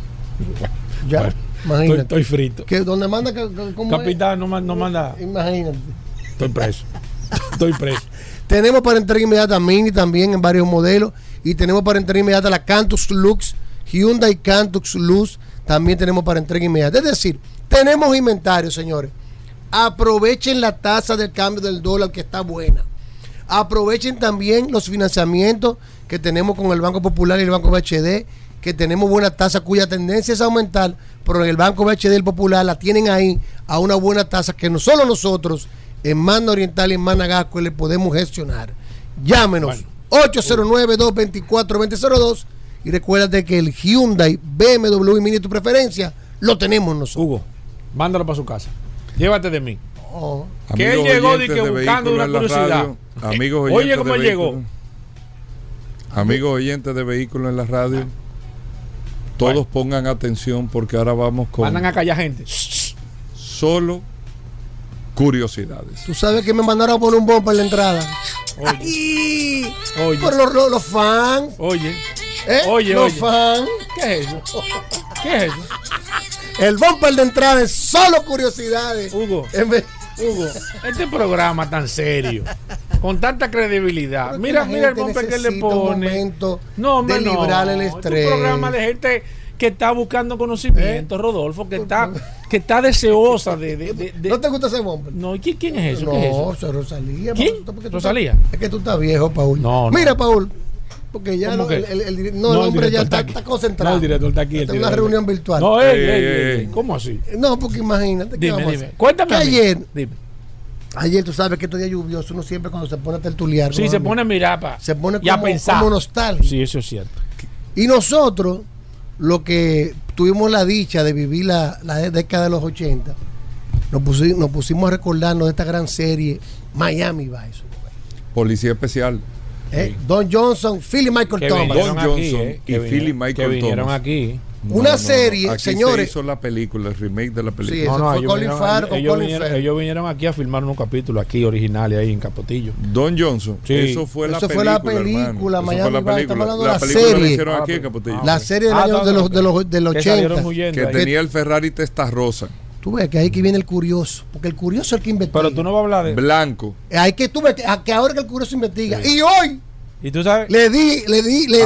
Ya. Bueno, imagínate. Estoy frito. Que donde manda capitán no manda. Imagínate. Estoy preso. Estoy preso. Tenemos para entrega inmediata Mini también en varios modelos, y tenemos para entrega inmediata la Cantus Lux, Hyundai Cantus Lux, también tenemos para entrega inmediata. Es decir, tenemos inventario, señores. Aprovechen la tasa del cambio del dólar, que está buena. Aprovechen también los financiamientos que tenemos con el Banco Popular y el Banco BHD, que tenemos buena tasa cuya tendencia es aumentar, pero en el Banco BHD y el Popular la tienen ahí a una buena tasa que no solo nosotros en Magna Oriental y en Magna Gascue le podemos gestionar. Llámenos 809-224-2002, y recuérdate que el Hyundai, BMW y Mini, tu preferencia, lo tenemos nosotros. Hugo, mándalo para su casa. Llévate de mí. Oh. Que él llegó de que buscando una curiosidad. Amigos Oye, ¿cómo llegó? Amigos oyentes de Vehículos en la Radio, todos pongan atención, porque ahora vamos con... Mandan a callar gente. Solo curiosidades. Tú sabes que me mandaron a poner un bumper en la entrada. Oye. Por los fans. Oye. Los fans. ¿Qué es eso? ¿Qué es eso? El bumper de entrada es solo curiosidades. Hugo, este programa tan serio, con tanta credibilidad. Mira el bumper que le pone. No, de librar el estrés. Es un programa de gente que está buscando conocimiento, Rodolfo, que está deseosa de... ¿No te gusta ese bumper? No, ¿quién es eso? No, ¿Qué es eso? Rosalía. ¿Quién? ¿Rosalía? Es que tú estás viejo, Paul. No. Mira, Paul, porque ya el hombre ya está concentrado. No, el director está aquí. Está en una reunión virtual. No, ¿cómo así? No, porque imagínate. Dime. Cuéntame. Ayer tú sabes que estos días lluviosos, uno siempre cuando se pone a tertuliar. Sí, se pone a mirar se pone y a pensar. Como nostálgico. Sí, eso es cierto. Y nosotros, lo que tuvimos la dicha de vivir la década de los 80, nos pusimos a recordarnos de esta gran serie Miami Vice. Policía Especial. Don Johnson, Philly Michael Thomas. Don Johnson y Philly Michael Thomas. Que vinieron aquí. Una serie, aquí señores. Se hizo la película, el remake de la película. Sí, eso fue Colin Farrell con Colin Farrell. Ellos vinieron aquí a filmar unos capítulos aquí originales ahí en Capotillo. Don Johnson. Sí. Eso fue la película, Miami Vice. Estamos hablando de la serie. La hicieron aquí en Capotillo. La serie del 80. Que tenía el Ferrari Testarossa. Tú ves que ahí que viene el curioso, porque el curioso es el que investiga. Pero tú no vas a hablar de blanco. Hay que tú ves que ahora que el curioso investiga. Sí. Y hoy. ¿Y tú sabes? Le di.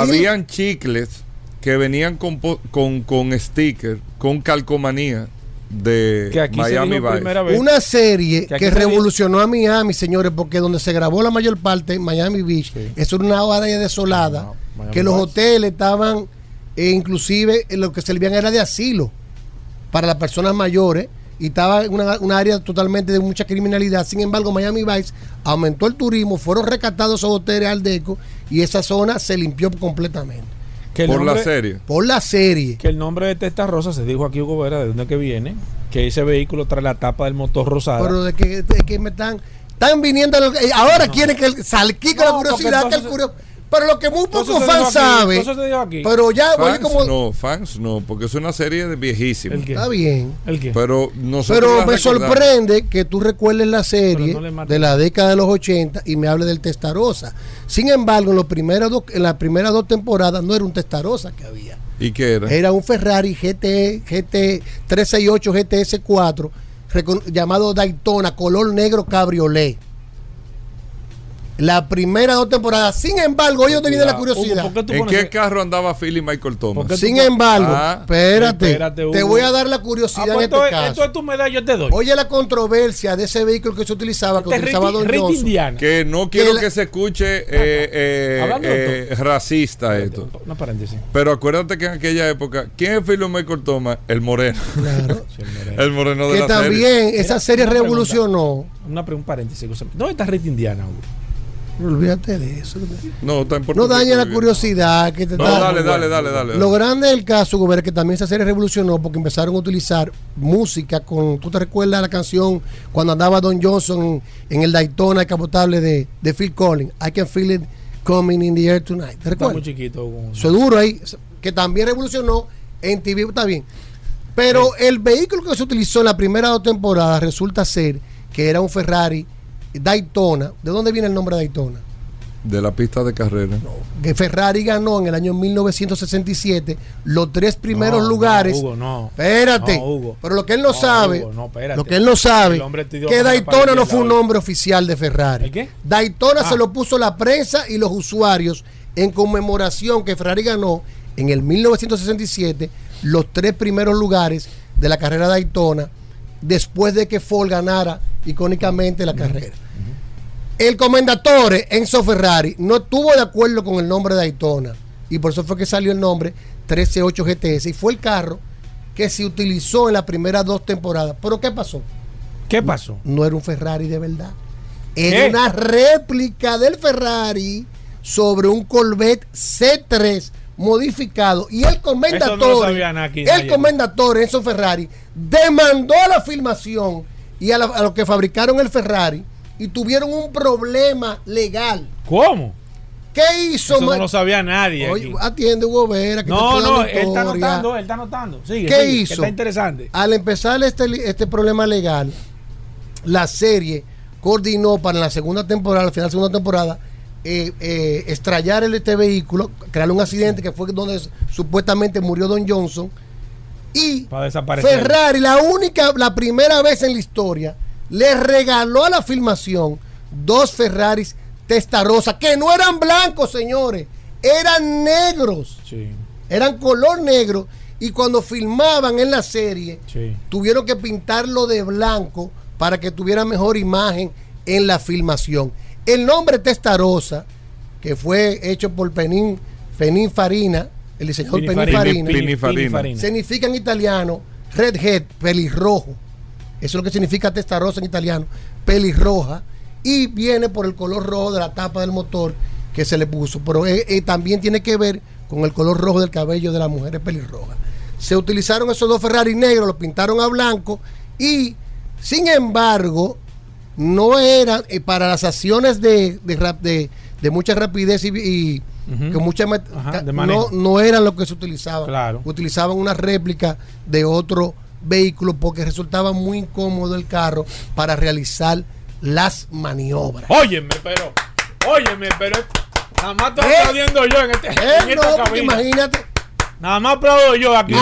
Habían chicles que venían con sticker, con calcomanía de Que aquí Miami se dijo primera Vice. vez. Una serie Que aquí que se revolucionó a Miami, señores, porque donde se grabó la mayor parte, Miami Beach, eso era una área desolada, Miami que los Vice. hoteles estaban, inclusive lo que servían era de asilo para las personas mayores, y estaba una área totalmente de mucha criminalidad. Sin embargo, Miami Vice aumentó el turismo, fueron rescatados esos hoteles Art Deco y esa zona se limpió completamente. Que el Por la nombre- serie. Por la serie. Que el nombre de Testa Rosa se dijo aquí, Hugo Vera, de dónde que viene, que ese vehículo trae la tapa del motor rosada. Pero de que me están viniendo ahora quieren que salquí con la curiosidad porque que el curioso, pero lo que muy Entonces poco se dijo fan aquí, sabe, entonces se dijo aquí. pero ya oye como Fans no, porque es una serie de viejísima. ¿El qué? está bien. ¿El qué? Pero nosotros Pero la me recordamos. sorprende que tú recuerdes la serie Pero no le mates. de la década de los 80 y me hables del Testarossa. Sin embargo, en las primeras dos temporadas no era un Testarossa que había. ¿Y qué era? Era un Ferrari GT 368 GTS 4 llamado Daytona, color negro cabriolet. La primera dos temporadas. Sin embargo, hoy donde viene la curiosidad. Hugo, ¿por qué tú ¿En pones qué ese- carro andaba Phil y Michael Thomas? ¿Por qué Sin embargo, espérate, Espérate, te Hugo. voy a dar la curiosidad en pues este entonces, caso. entonces tú me das, yo te doy. Oye, la controversia de ese vehículo que se utilizaba, que Este utilizaba Ricky- Don Ricky Johnson. Indiana. Que no quiero la- que se escuche Hablando de racista esto. Una paréntesis. Pero acuérdate que en aquella época, ¿quién es Phil y Michael Thomas? El moreno. Claro. El moreno de Que la también serie. esa Mira, serie una revolucionó. Un paréntesis. ¿Dónde está Ricky Indiana, Hugo? Olvídate de eso. No, está en Puerto No dañe Rico la viviendo. curiosidad. Que te No, está- dale. Lo grande del caso, Hugo, es que también esa serie revolucionó porque empezaron a utilizar música con. ¿Tú te recuerdas la canción cuando andaba Don Johnson en el Daytona descapotable de Phil Collins? I can feel it coming in the air tonight. ¿Te Está muy recuerdas? chiquito, Hugo. Eso es duro ahí. Que también revolucionó en TV, está bien. Pero el vehículo que se utilizó en la primera dos temporadas resulta ser que era un Ferrari Daytona. ¿De dónde viene el nombre Daytona? De la pista de carrera. Que Ferrari ganó en el año 1967 los tres primeros No, lugares. no, Hugo, no. Espérate. No, Hugo. Pero lo que él no, sabe, Hugo, no, espérate. lo que él no sabe, El hombre te dio que una Daytona no paletilla fue un hoy. nombre oficial de Ferrari. ¿El qué? Daytona se lo puso la prensa y los usuarios en conmemoración que Ferrari ganó en el 1967 los tres primeros lugares de la carrera Daytona después de que Ford ganara icónicamente la carrera. El comendatore Enzo Ferrari no estuvo de acuerdo con el nombre de Daytona y por eso fue que salió el nombre 138 GTS y fue el carro que se utilizó en las primeras dos temporadas. ¿Pero qué pasó? ¿Qué pasó? No era un Ferrari de verdad. Era ¿Qué? una réplica del Ferrari sobre un Corvette C3 modificado y el Eso no lo comendatore, sabía nadie, el nadie. comendatore Enzo Ferrari demandó a la filmación y a los que fabricaron el Ferrari y tuvieron un problema legal. ¿Cómo? ¿Qué hizo? Eso no lo sabía nadie. Oye, aquí. atiende Hugo Vera, que te No, estoy no, dando él está historia. anotando, él está anotando. Sigue, ¿Qué sigue, que hizo? está interesante. Al empezar este problema legal, la serie coordinó para la segunda temporada, al final de la segunda temporada, estrellar este vehículo, crear un accidente que fue donde supuestamente murió Don Johnson. Y Para desaparecer. Ferrari, la primera vez en la historia, le regaló a la filmación dos Ferraris Testarossa, que no eran blancos, señores, eran negros. Sí, Eran color negro y cuando filmaban en la serie sí. tuvieron que pintarlo de blanco para que tuviera mejor imagen en la filmación. El nombre Testarossa, que fue hecho por Pininfarina, el diseñador Pininfarina, significa en italiano redhead, pelirrojo. Eso es lo que significa Testarossa en italiano, pelirroja, y viene por el color rojo de la tapa del motor que se le puso, pero también tiene que ver con el color rojo del cabello de las mujeres pelirrojas. Se utilizaron esos dos Ferrari negros, los pintaron a blanco y, sin embargo, no eran para las acciones de mucha rapidez y con mucha no eran lo que se utilizaban. Claro. Utilizaban una réplica de otro vehículo porque resultaba muy incómodo el carro para realizar las maniobras. Óyeme, pero nada más estoy aplaudiendo yo en esta no, cabina. imagínate. Nada más aplaudo yo aquí.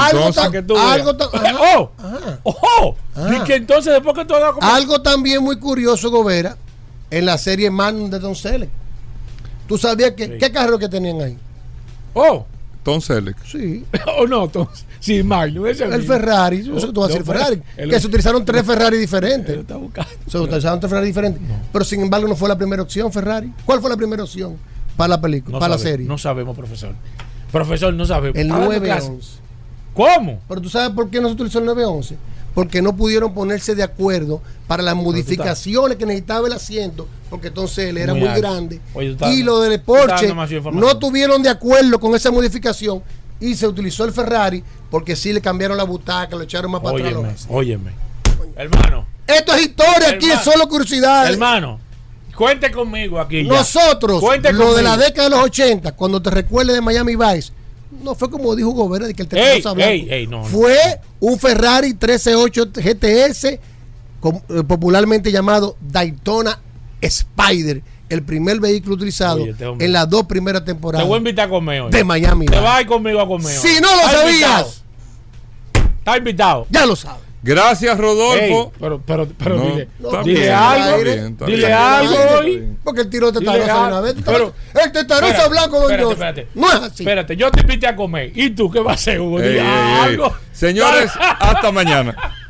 Y que entonces después que todo algo también muy curioso, Gobera, en la serie Magnum de Don Selleck. ¿Tú sabías que qué carro que tenían ahí? Tom Selleck. Sí. ¿O no, Tom? Sí, Magnum. El Ferrari. Eso tú vas a decir Ferrari. Que se utilizaron 3 Ferrari diferentes. Se utilizaron 3 Ferrari diferentes. Pero sin embargo no fue la primera opción, Ferrari. ¿Cuál fue la primera opción para la película, para la serie? No sabemos, profesor. Profesor, no sabemos. El 911. ¿Cómo? Pero tú sabes por qué no se utilizó el 911. Porque no pudieron ponerse de acuerdo para las modificaciones que necesitaba el asiento, porque entonces él era muy grande. Y lo del Porsche no tuvieron de acuerdo con esa modificación y se utilizó el Ferrari porque sí le cambiaron la butaca, lo echaron más para atrás. Óyeme, hermano. Esto es historia, aquí es solo curiosidad. Hermano, cuente conmigo aquí. Nosotros, lo de la década de los 80, cuando te recuerdes de Miami Vice, no fue como dijo Gobera de que el tercero blanco. Fue un Ferrari 1308 GTS, popularmente llamado Daytona Spider, el primer vehículo utilizado en las 2 primeras temporadas. Te voy a invitar a comer hoy. De Miami. Te vas a ir conmigo a comer. Si no lo sabías, está invitado. Ya lo sabes. Gracias, Rodolfo. Pero no, dile algo. Dile algo hoy. Porque el tiro tetarosa una vez. El tetarosa blanco, don Dios. No es así. Espérate, yo te invité a comer. ¿Y tú qué vas a hacer, Hugo? Dile algo. Señores, hasta mañana.